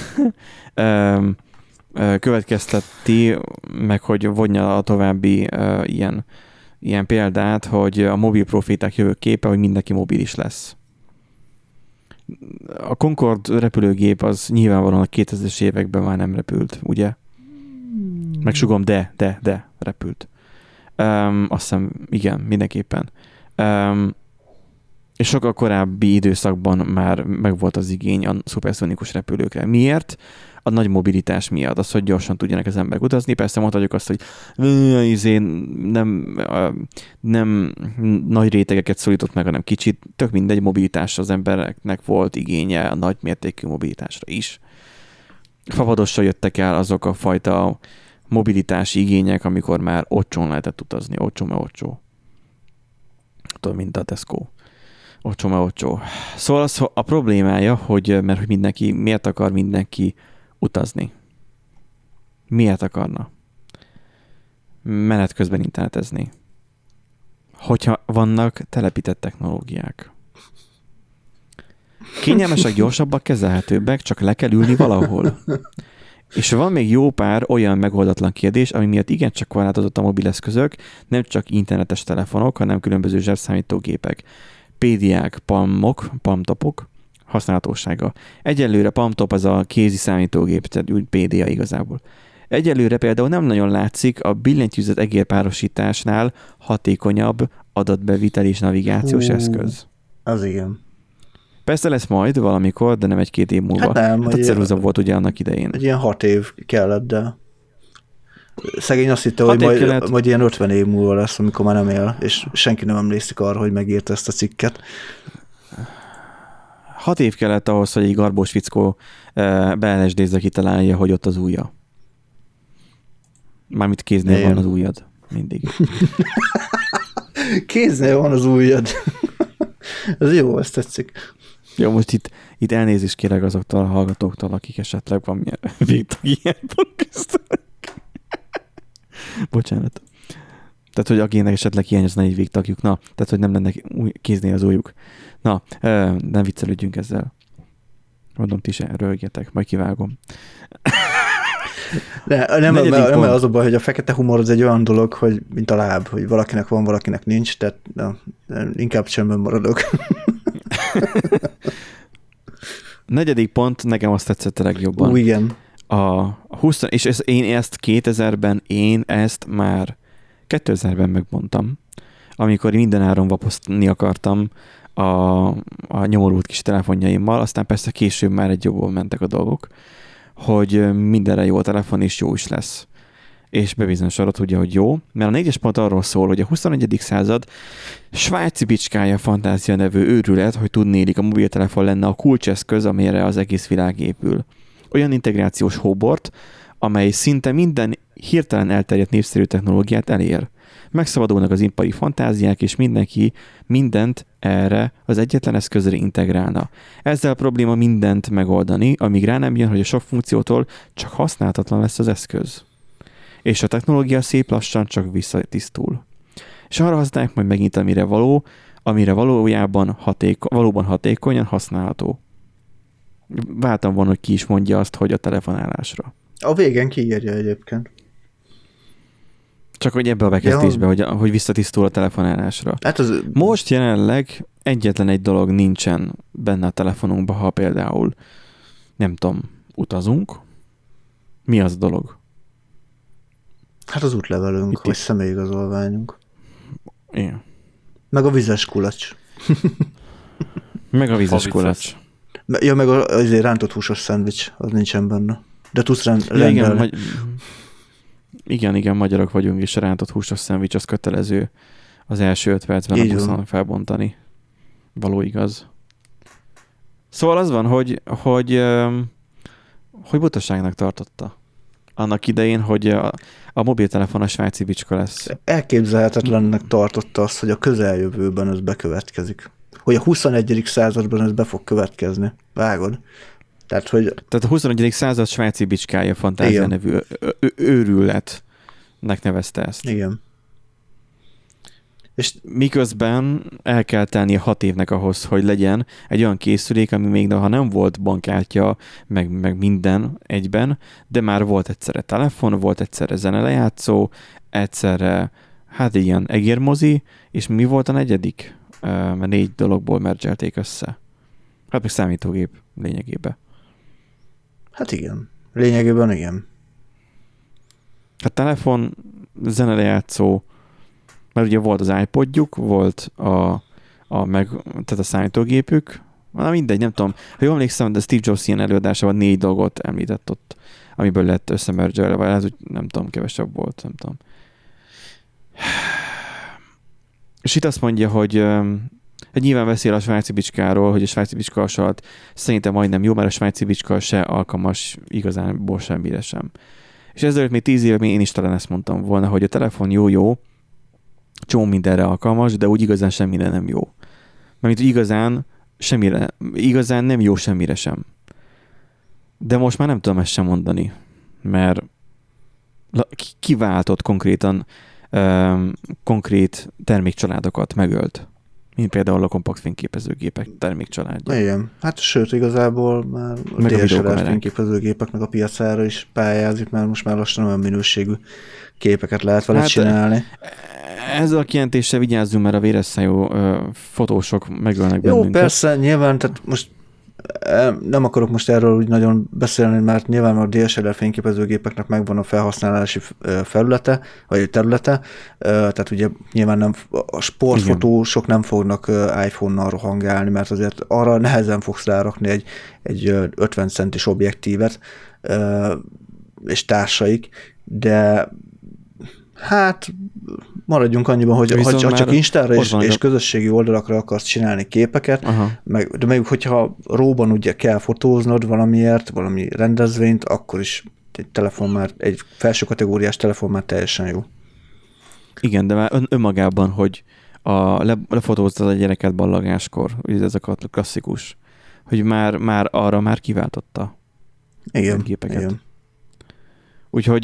következteti, meg hogy vonja a további ilyen, ilyen példát, hogy a mobil proféták jövőképe, hogy mindenki mobilis lesz. A Concorde repülőgép az nyilvánvalóan a kétezres években már nem repült, ugye? Megsugom, de, de, de repült. Um, azt hiszem, igen, mindenképpen. Um, és sokkal korábbi időszakban már megvolt az igény a szuperszonikus repülőkre. Miért? A nagy mobilitás miatt, az, hogy gyorsan tudjanak az emberek utazni. Persze mondhatjuk azt, hogy nem, nem nagy rétegeket szólított meg, hanem kicsit, tök mindegy, mobilitás az embereknek volt igénye a nagy mértékű mobilitásra is. Fapadossal jöttek el azok a fajta mobilitási igények, amikor már olcsón lehetett utazni. Olcsó, me olcsó. Tudom, mint a Tesco. Olcsó, me olcsó. Szóval az a problémája, hogy, mert hogy mindenki, miért akar mindenki utazni? Miért akarna? Menet közben internetezni. Hogyha vannak telepített technológiák. Kényelmesek, gyorsabbak, kezelhetőbbek, csak le kell ülni valahol. És van még jó pár olyan megoldatlan kérdés, ami miatt igencsak korlátozott a mobileszközök, nem csak internetes telefonok, hanem különböző zsebszámítógépek. pé dé á-k, palmok, palmtopok, használhatósága. Egyelőre palmtop az a kézi számítógép, tehát úgy pé dé á igazából. Egyelőre például nem nagyon látszik a billentyűzet egérpárosításnál hatékonyabb adatbevitel és navigációs uh, eszköz. Az igen. Persze lesz majd valamikor, de nem egy-két év múlva. Hát nem. Hát a ceruza volt ugye annak idején. Egy ilyen hat év kellett, de szegény azt hitte, hogy majd, kellett... majd ilyen ötven év múlva lesz, amikor már nem él, és senki nem emlékszik arra, hogy megírta ezt a cikket. Hat év kellett ahhoz, hogy egy garbós fickó be el es dé-zze kitalálja, hogy ott az ujja. Mármint kéznél Én. van az ujjad. Mindig. Kéznél van az ujjad. Ez jó, ezt tetszik. Jó, most itt, itt elnézést kérek azoktól a hallgatóktól, akik esetleg valamilyen végtagjában küzdenek. Bocsánat. Tehát, hogy akinek esetleg hiányozna egy végtagjuk, na, tehát, hogy nem lenne kéznél az ujjuk. Na, nem viccelődjünk ezzel. Mondom, ti se röhögjetek, majd kivágom. De, nem, nem, nem az a baj, hogy a fekete humor az egy olyan dolog, hogy mint a láb, hogy valakinek van, valakinek nincs, tehát na, inkább csömbben maradok. Negyedik pont, nekem azt tetszett a legjobban. Ú, igen. A húsz, és ez, én ezt kétezerben, én ezt már kétezerben megmondtam, amikor mindenáron vaposztani akartam a, a nyomorult kis telefonjaimmal, aztán persze később már egy jobban mentek a dolgok, hogy mindenre jó a telefon, és jó is lesz. És bebizonyosodott ugye, hogy jó, mert a négyes pont arról szól, hogy a huszonegyedik század svájci bicskája fantázia nevű őrület, hogy tudnélik a mobiltelefon lenne a kulcseszköz, amelyre az egész világ épül. Olyan integrációs hóbort, amely szinte minden hirtelen elterjedt népszerű technológiát elér. Megszabadulnak az ipari fantáziák, és mindenki mindent erre az egyetlen eszközre integrálna. Ezzel a probléma mindent megoldani, amíg rá nem jön, hogy a sok funkciótól csak használhatatlan lesz az eszköz. És a technológia szép lassan csak visszatisztul. És arra használják majd megint, amire való, amire valójában hatéko- valóban hatékonyan használható. Váltam volna, hogy ki is mondja azt, hogy a telefonálásra. A végén kiírja egyébként. Csak hogy ebbe a bekezdésbe, ja. hogy, hogy visszatisztul a telefonálásra. Hát az... Most jelenleg egyetlen egy dolog nincsen benne a telefonunkban, ha például, nem tudom, utazunk. Mi az a dolog? Hát az útlevelünk, Itt vagy is. Személyigazolványunk. Igen. Meg a vizes kulacs. Meg a vizes kulacs. Ja, meg az rántott húsos szendvics, az nincsen benne. De tudsz rend, ja, igen, magy- igen, igen, magyarok vagyunk, és a rántott húsos szendvics az kötelező az első öt percben a buszon felbontani. való igaz. Szóval az van, hogy, hogy, hogy butaságnak tartotta annak idején, hogy a, a mobiltelefon a svájci bicska lesz. Elképzelhetetlennek tartotta azt, hogy a közeljövőben ez bekövetkezik. Hogy a huszonegyedik században ez be fog következni. Vágod? Tehát, hogy... Tehát a huszonegyedik század svájci bicskája fantázia nevű őrületnek nevezte ezt. Igen. És miközben el kell tenni hat évnek ahhoz, hogy legyen egy olyan készülék, ami még ha nem volt bankkártya, meg, meg minden egyben, de már volt egyszerre telefon, volt egyszerre zenelejátszó, egyszerre, hát ilyen egérmozi, és mi volt a negyedik? Mert négy dologból mergelték össze. Hát meg számítógép lényegében. Hát igen. Lényegében igen. Hát telefon, zenelejátszó, mert ugye volt az iPodjuk, volt a, a, meg, tehát a számítógépük, na mindegy, nem tudom. Ha jól emlékszem, de Steve Jobs ilyen előadásában négy dolgot említett ott, amiből lett összemergelve, vagy ez úgy nem tudom, kevesebb volt, nem tudom. És itt azt mondja, hogy egy nyilván beszél a svájci bicskáról, hogy a svájci bicska hasonlat szerintem majdnem jó, mert a svájci bicska se alkalmas igazából semmire sem. És ezelőtt még tíz éve én is talán ezt mondtam volna, hogy a telefon jó-jó, csomó mindenre alkalmas, de úgy igazán semmire nem jó. Mert igazán semmire, igazán nem jó semmire sem. De most már nem tudom ezt sem mondani, mert kiváltott konkrétan um, konkrét termékcsaládokat megölt. Mint például a kompakt fényképezőgépek termékcsaládja. Igen. Hát sőt, igazából már a dé es el er fényképezőgépeknek a piacára is pályázik, mert most már lassan olyan minőségű képeket lehet vele hát, csinálni. Ezzel a kijelentéssel vigyázzunk, mert a véresszájú fotósok megölnek Jó, bennünket. persze, nyilván, tehát most nem akarok most erről úgy nagyon beszélni, mert nyilván a dé es el er fényképezőgépeknek megvan a felhasználási felülete, vagy területe, tehát ugye nyilván nem, a sportfotósok nem fognak iPhone-nal rohangálni, mert azért arra nehezen fogsz rárakni egy, egy ötven centis objektívet, és társaik, de hát maradjunk annyiban, hogy ha, ha csak Instára és, és közösségi oldalakra akarsz csinálni képeket, meg, de még hogyha róban ugye kell fotóznod valamiért, valami rendezvényt, akkor is egy telefon már, egy felső kategóriás telefon már teljesen jó. Igen, de már ön, önmagában, hogy a, le, lefotóztad a gyereket ballagáskor, ugye ez a klasszikus, hogy már, már arra már kiváltotta igen, a gépeket. Igen. Úgyhogy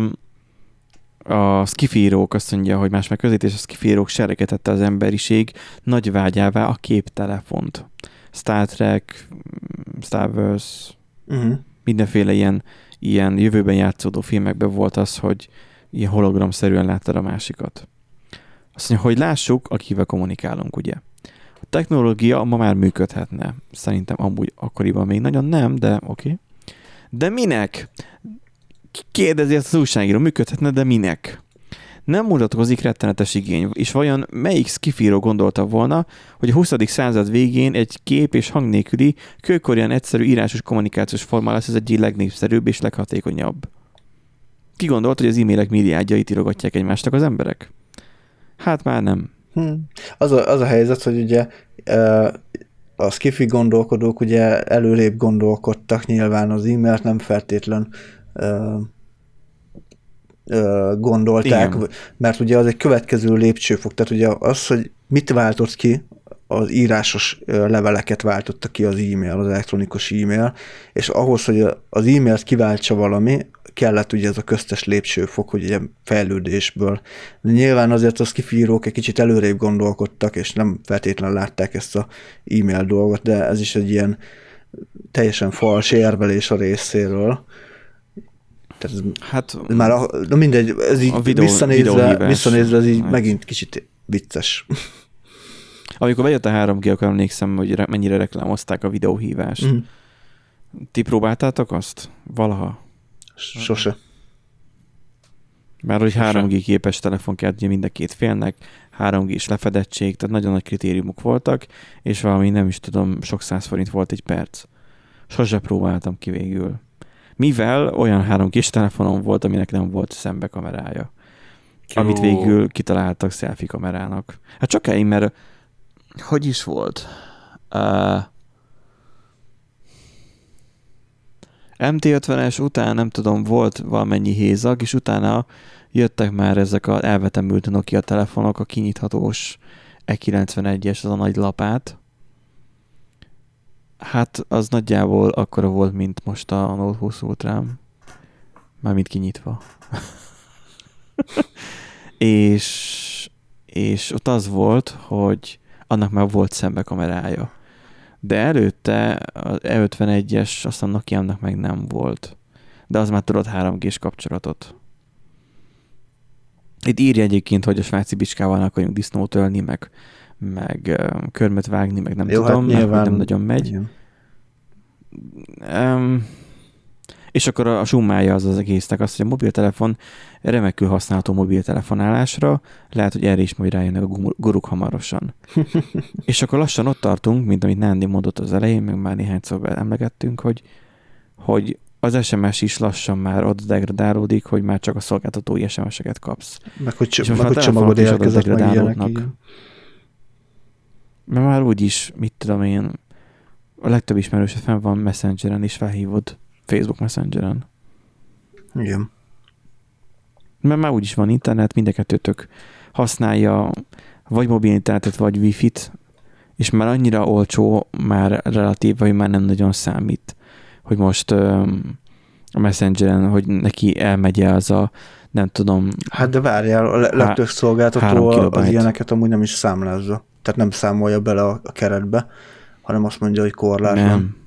a szkifírók azt mondja, hogy más megközelítés, a szkifírók serregetette az emberiség nagy vágyává a képtelefont. Star Trek, Star Wars, uh-huh. mindenféle ilyen, ilyen jövőben játszódó filmekben volt az, hogy ilyen hologramszerűen láttad a másikat. Azt mondja, hogy lássuk, akivel kommunikálunk, ugye. A technológia ma már működhetne. Szerintem amúgy akkoriban még nagyon nem, de oké. Okay. De minek? Kérdezi ezt az újságíró, működhetne, de minek? Nem mutatkozik rettenetes igény, és vajon melyik szkifíró gondolta volna, hogy a huszadik század végén egy kép és hang nélküli, kőkorján egyszerű írásos kommunikációs forma lesz az egyik legnépszerűbb és leghatékonyabb? Ki gondolt, hogy az e-mailek milliárdjait írogatják egymásnak az emberek? Hát már nem. Hmm. Az, a, az a helyzet, hogy ugye a szkifi gondolkodók ugye előrébb gondolkodtak, nyilván az e-mailt nem feltétlen Ö, ö, gondolták, igen. Mert ugye az egy következő lépcsőfok, tehát ugye az, hogy mit váltott ki, az írásos leveleket váltotta ki az e-mail, az elektronikus e-mail, és ahhoz, hogy az e-mailt kiváltsa valami, kellett ugye ez a köztes lépcsőfok, hogy ugye fejlődésből. De nyilván azért az kifírók egy kicsit előrébb gondolkodtak, és nem feltétlenül látták ezt az e-mail dolgot, de ez is egy ilyen teljesen fals érvelés a részéről. Tehát ez hát már a, de mindegy, ez így videó, visszanézve, visszanézve ez így hát. Megint kicsit vicces. Amikor bejött a három G, akkor emlékszem, hogy mennyire reklámozták a videóhívást. Mm. Ti próbáltátok azt? Valaha? Sose. Már hogy három G képes telefon kellett mind a két félnek, három G-s lefedettség, tehát nagyon nagy kritériumok voltak, és valami nem is tudom, sok száz forint volt egy perc. Sose próbáltam ki végül. Mivel olyan három kis telefonom volt, aminek nem volt szembe kamerája. Jó. Amit végül kitaláltak selfie kamerának. Hát csak én, mert hogy is volt? Uh, em té ötvenes után nem tudom, volt valamennyi hézag, és utána jöttek már ezek az elvetemült Nokia telefonok, a kinyithatós E kilencvenegyes, az a nagy lapát. Hát az nagyjából akkora volt, mint most a Note húsz Ultrám. Mármint kinyitva. és, és ott az volt, hogy annak már volt szembekamerája. De előtte az E ötvenegyes, aztán Nokia-nak meg nem volt. De az már tudott három G-s kapcsolatot. Itt írja egyébként, hogy a svájci bicskával akarjunk disznót ölni, meg, meg um, körmöt vágni, meg nem Jó, tudom, hát nyilván... nem nagyon megy. Um, és akkor a, a summája az az egésznek az, hogy a mobiltelefon remekül használható mobiltelefonálásra, lehet, hogy erre is majd rájönnek a guruk hamarosan. És akkor lassan ott tartunk, mint amit Nándi mondott az elején, meg már néhány szóval emlegettünk, hogy, hogy az es em es is lassan már oda degradálódik, hogy már csak a szolgáltatói es em es-eket kapsz. Meg hogy, cs- meg, hogy csomagod érkezett meg ilyenek. Mert már úgyis, mit tudom én, a legtöbb ismerősöd fenn van Messengeren is, felhívod Facebook Messengeren. Igen. Mert már úgyis van internet, mind a kettőtök használja vagy mobil internetet, vagy wifi-t, és már annyira olcsó, már relatív, hogy már nem nagyon számít, hogy most um, a Messengeren, hogy neki elmegye az a, nem tudom... Hát de várjál, a legtöbb szolgáltató az ilyeneket amúgy nem is számlázza. Tehát nem számolja bele a, a keretbe, hanem azt mondja, hogy korlátlan. Nem.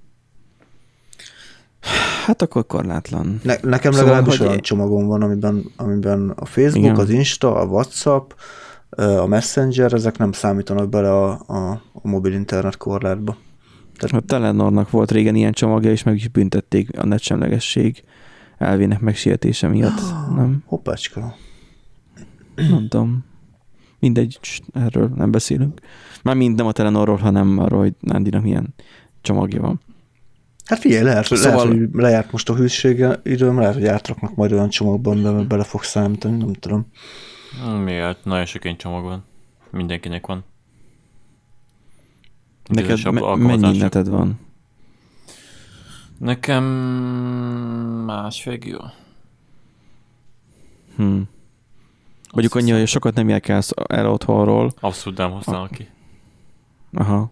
Hát akkor korlátlan. Ne, nekem szóval, legalábbis olyan csomagom van, amiben, amiben a Facebook, igen. Az Insta, a WhatsApp, a Messenger, ezek nem számítanak bele a, a, a mobil internet korlátba. Tehát... A Telenornak volt régen ilyen csomagja, és meg is büntették a netsemlegesség elvének megsértése miatt. Oh, nem? Hoppácska. Nem tudom. Mindegy, erről nem beszélünk. Már mind nem a Telenorról, hanem arról, hogy Nándinak milyen csomagja van. Hát figyelj, lehet, szóval... lehet, hogy lejárt most a hűsége időm, lehet, hogy átraknak majd olyan csomagban, de bele fog számítani, nem tudom. Miért? Nagyon sok én csomag van. Mindenkinek van. Neked me- mennyi neted van? Nekem másfél giga. Hm. Mondjuk annyira, hogy sokat nem jelkelsz el otthonról. Abszolút nem használok ki. Aha.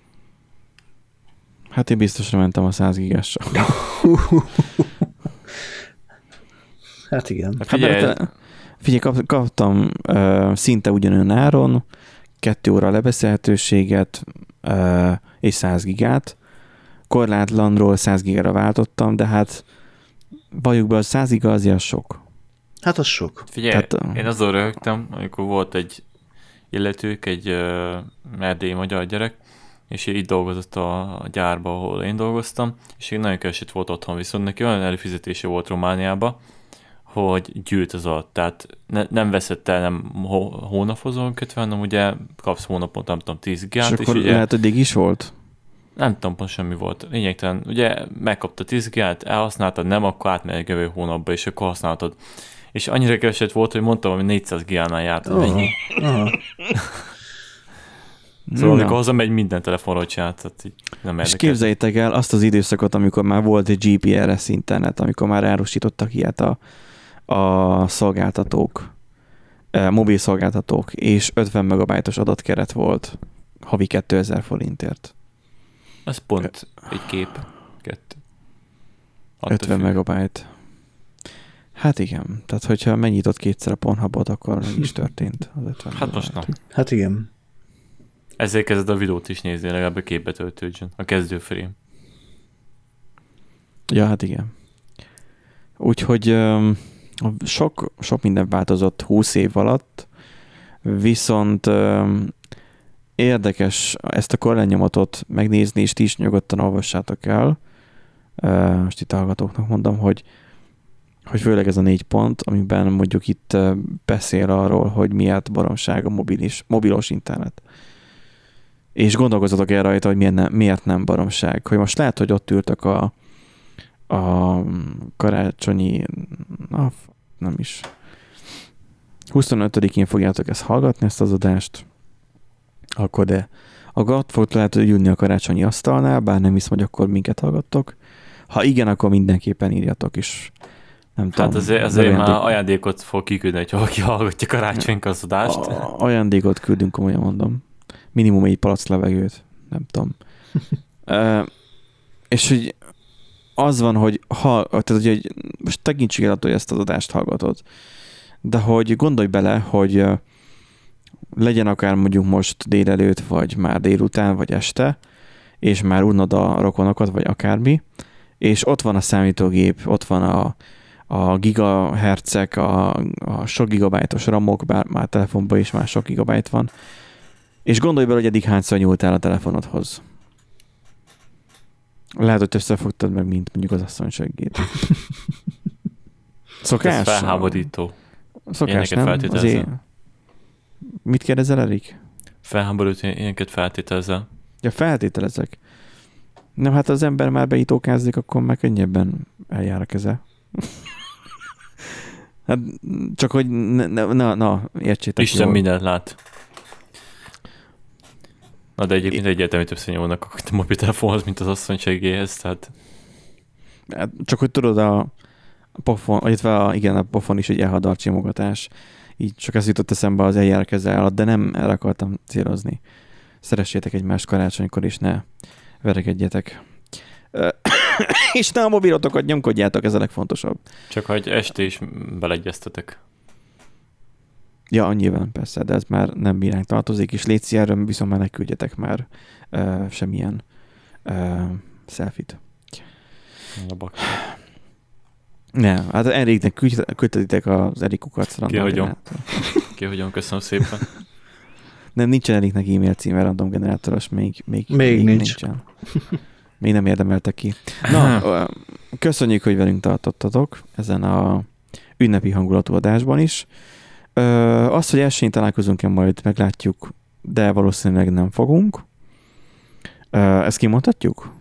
Hát én biztosra mentem a száz gigással. Hát igen. Hát figyelj, hát, figyelj kap, kaptam uh, szinte ugyanolyan áron, kettő óra lebeszélhetőséget uh, és száz gigát. Korlátlanról száz gigára váltottam, de hát valljuk be, a száz giga azért sok. Hát az sok. Figyelj, Tehát, én azon röhögtem, amikor volt egy illetők, egy uh, erdélyi magyar gyerek, és így dolgozott a, a gyárba, ahol én dolgoztam, és én nagyon keresett volt otthon, viszont neki olyan előfizetése volt Romániába, hogy gyűlt az alatt. Tehát ne, nem veszett el, nem hónapozón kötve, hanem ugye kapsz hónapot, nem tudom, tíz gigát. És, és akkor ugye, lehet, hogy dig is volt? Nem tudom, pont semmi volt. Lényegtelen, ugye megkapta tíz gigát, elhasználtad, nem, akkor átmegy a jövő hónapba, és akkor használtad. És annyira keresett volt, hogy mondtam, hogy négyszáz gigánál járt. Oh. Ennyi. Oh. Szóval amikor hazamegy, minden telefonról csinált, tehát így nem érdekel. És képzeljétek el azt az időszakot, amikor már volt egy gé pé er es internet, amikor már árusítottak ilyet a, a szolgáltatók, a mobil szolgáltatók, és ötven megabájtos adatkeret volt havi kétezer forintért. Ez pont egy kép. Kettő. ötven megabájt. Hát igen. Tehát, hogyha megnyitott kétszer a Pornhubot, akkor meg is történt az ötven Hát most nem. Hát igen. Ezért kezded a videót is nézni, legalább a képbe töltődjön. A kezdőframe. Ja, hát igen. Úgyhogy um, sok, sok minden változott húsz év alatt, viszont um, érdekes ezt a korlányomatot megnézni, és ti is nyugodtan olvassátok el. Uh, most itt a hallgatóknak mondom, hogy, hogy főleg ez a négy pont, amiben mondjuk itt uh, beszél arról, hogy miért baromság a mobilis, mobilos internet. És gondolkozzatok el rajta, hogy miért nem, miért nem baromság. Hogy most lehet, hogy ott ültök a, a karácsonyi, na, nem is, huszonötödikén fogjátok ezt hallgatni, ezt az adást, akkor de akkor ott fog lehet ülni a karácsonyi asztalnál, bár nem hiszem, hogy akkor minket hallgattok. Ha igen, akkor mindenképpen írjatok is. Nem Hát tudom, azért, azért ajándék... már ajándékot fog kiküldni, hogyha valaki hallgatja karácsonykor az adást. A, ajándékot küldünk, komolyan mondom. Minimum egy palack levegőt. Nem tudom. uh, és hogy az van, hogy, ha, tehát, hogy most tekintsük el attól, hogy ezt az adást hallgatod, de hogy gondolj bele, hogy uh, legyen akár mondjuk most délelőtt, vagy már délután, vagy este, és már unod a rokonokat, vagy akármi, és ott van a számítógép, ott van a, a gigahercek, a, a sok gigabájtos ramok, bár már telefonban is már sok gigabájt van, és gondolj bele, hogy eddig hányszor nyúltál a telefonodhoz. Lehet, hogy összefogtad meg, mint mondjuk az asszony seggét. Szokás? Ez felháborító. Szokás, nem? Azért... Mit kérdezel, Erik? Felháborító, ilyeneket feltételezzel. Ja, feltételezek. Nem, hát az ember már beitókázik, akkor már könnyebben eljár a keze. Hát csak, hogy na, na, na értsétek Isten jól. mindent lát. Na de egyébként egyértelmű többször nyúlnak a mobiltelefonhoz, mint az asszonységéhez, tehát... Hát csak, hogy tudod, a pofon, illetve a, igen, a pofon is egy elhadart simogatás. Így csak ez jutott eszembe az eljár a keze alatt, de nem erre akartam célozni. Szeressétek egymást karácsonykor, és ne verekedjetek. És ne a mobilotokat nyomkodjátok, ez a legfontosabb. Csak hogy este is beleegyeztetek. Ja, annyiban persze, de ez már nem bíránk tartozik, és légy erről viszont már ne küldjetek már uh, semmilyen uh, selfie-t. Labak. Ne, hát Eriknek küldtetitek az Erik Kukac Kihagyom. Kihagyom, köszönöm szépen. Nem, nincsen Eriknek e-mail címe random generátoros, még, még, még, még nincs. nincsen. Még nem érdemeltek ki. Na, köszönjük, hogy velünk tartottatok ezen a ünnepi hangulatú adásban is. Azt, hogy elsőn találkozunk-e, majd meglátjuk, de valószínűleg nem fogunk. Ezt kimondhatjuk?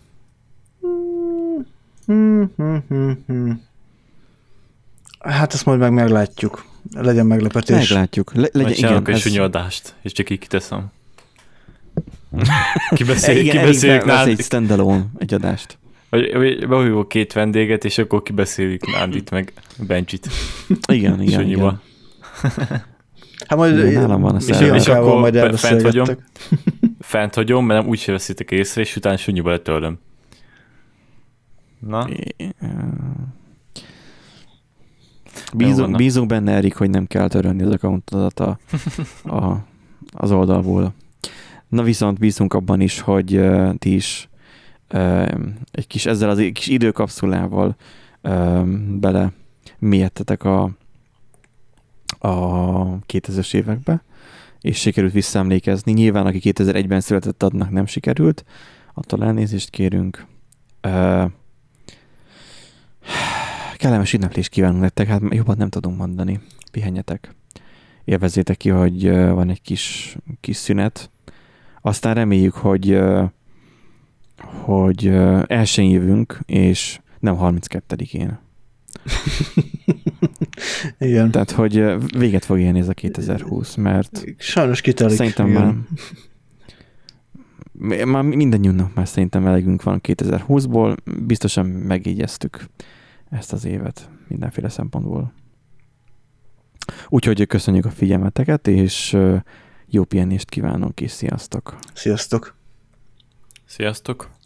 Hmm, hmm, hmm, hmm. Hát ezt majd meg meglátjuk. Legyen meglepetés. Meglátjuk. Le- legyen, majd csinálok igen, egy ez... sunyi adást, és csak így kiteszem. Kibeszél, igen, kibeszéljük Nándit. Egy standalone, egy adást. Vagy, vagy behívok két vendéget, és akkor kibeszéljük Nándit meg Bencsit. Igen, igen, Sunyiba. igen. Hát majd igen, nálam van a és, és akkor majd fent hagyom, fent hagyom, mert nem úgy se veszitek észre, és utána sunyiba letörlöm. Na? Bízunk, bízunk benne, Erik, hogy nem kell törölni az accountodat a, a, az oldalból. Na viszont bízunk abban is, hogy uh, ti is uh, egy kis, ezzel az kis időkapszulával uh, bele mélyedtetek a, a kétezres évekbe, és sikerült visszaemlékezni. Nyilván, aki kétezer-egyben született, adnak nem sikerült. Attól elnézést kérünk. Uh, kellemes ünneplést kívánunk nektek, hát jobban nem tudunk mondani. Pihenjetek. Élvezzétek ki, hogy uh, van egy kis, kis szünet. Aztán reméljük, hogy, uh, hogy uh, elsőn jövünk, és nem harminckettedikén. Igen. Tehát, hogy uh, véget fog élni ez a kétezer-húsz, mert sajnos kitelik. Szerintem igen. már, már mindannyiunknak már szerintem elegünk van kétezer-húszból, biztosan megígyeztük ezt az évet mindenféle szempontból. Úgyhogy köszönjük a figyelmeteket, és jó pihenést kívánunk, és sziasztok! Sziasztok! Sziasztok!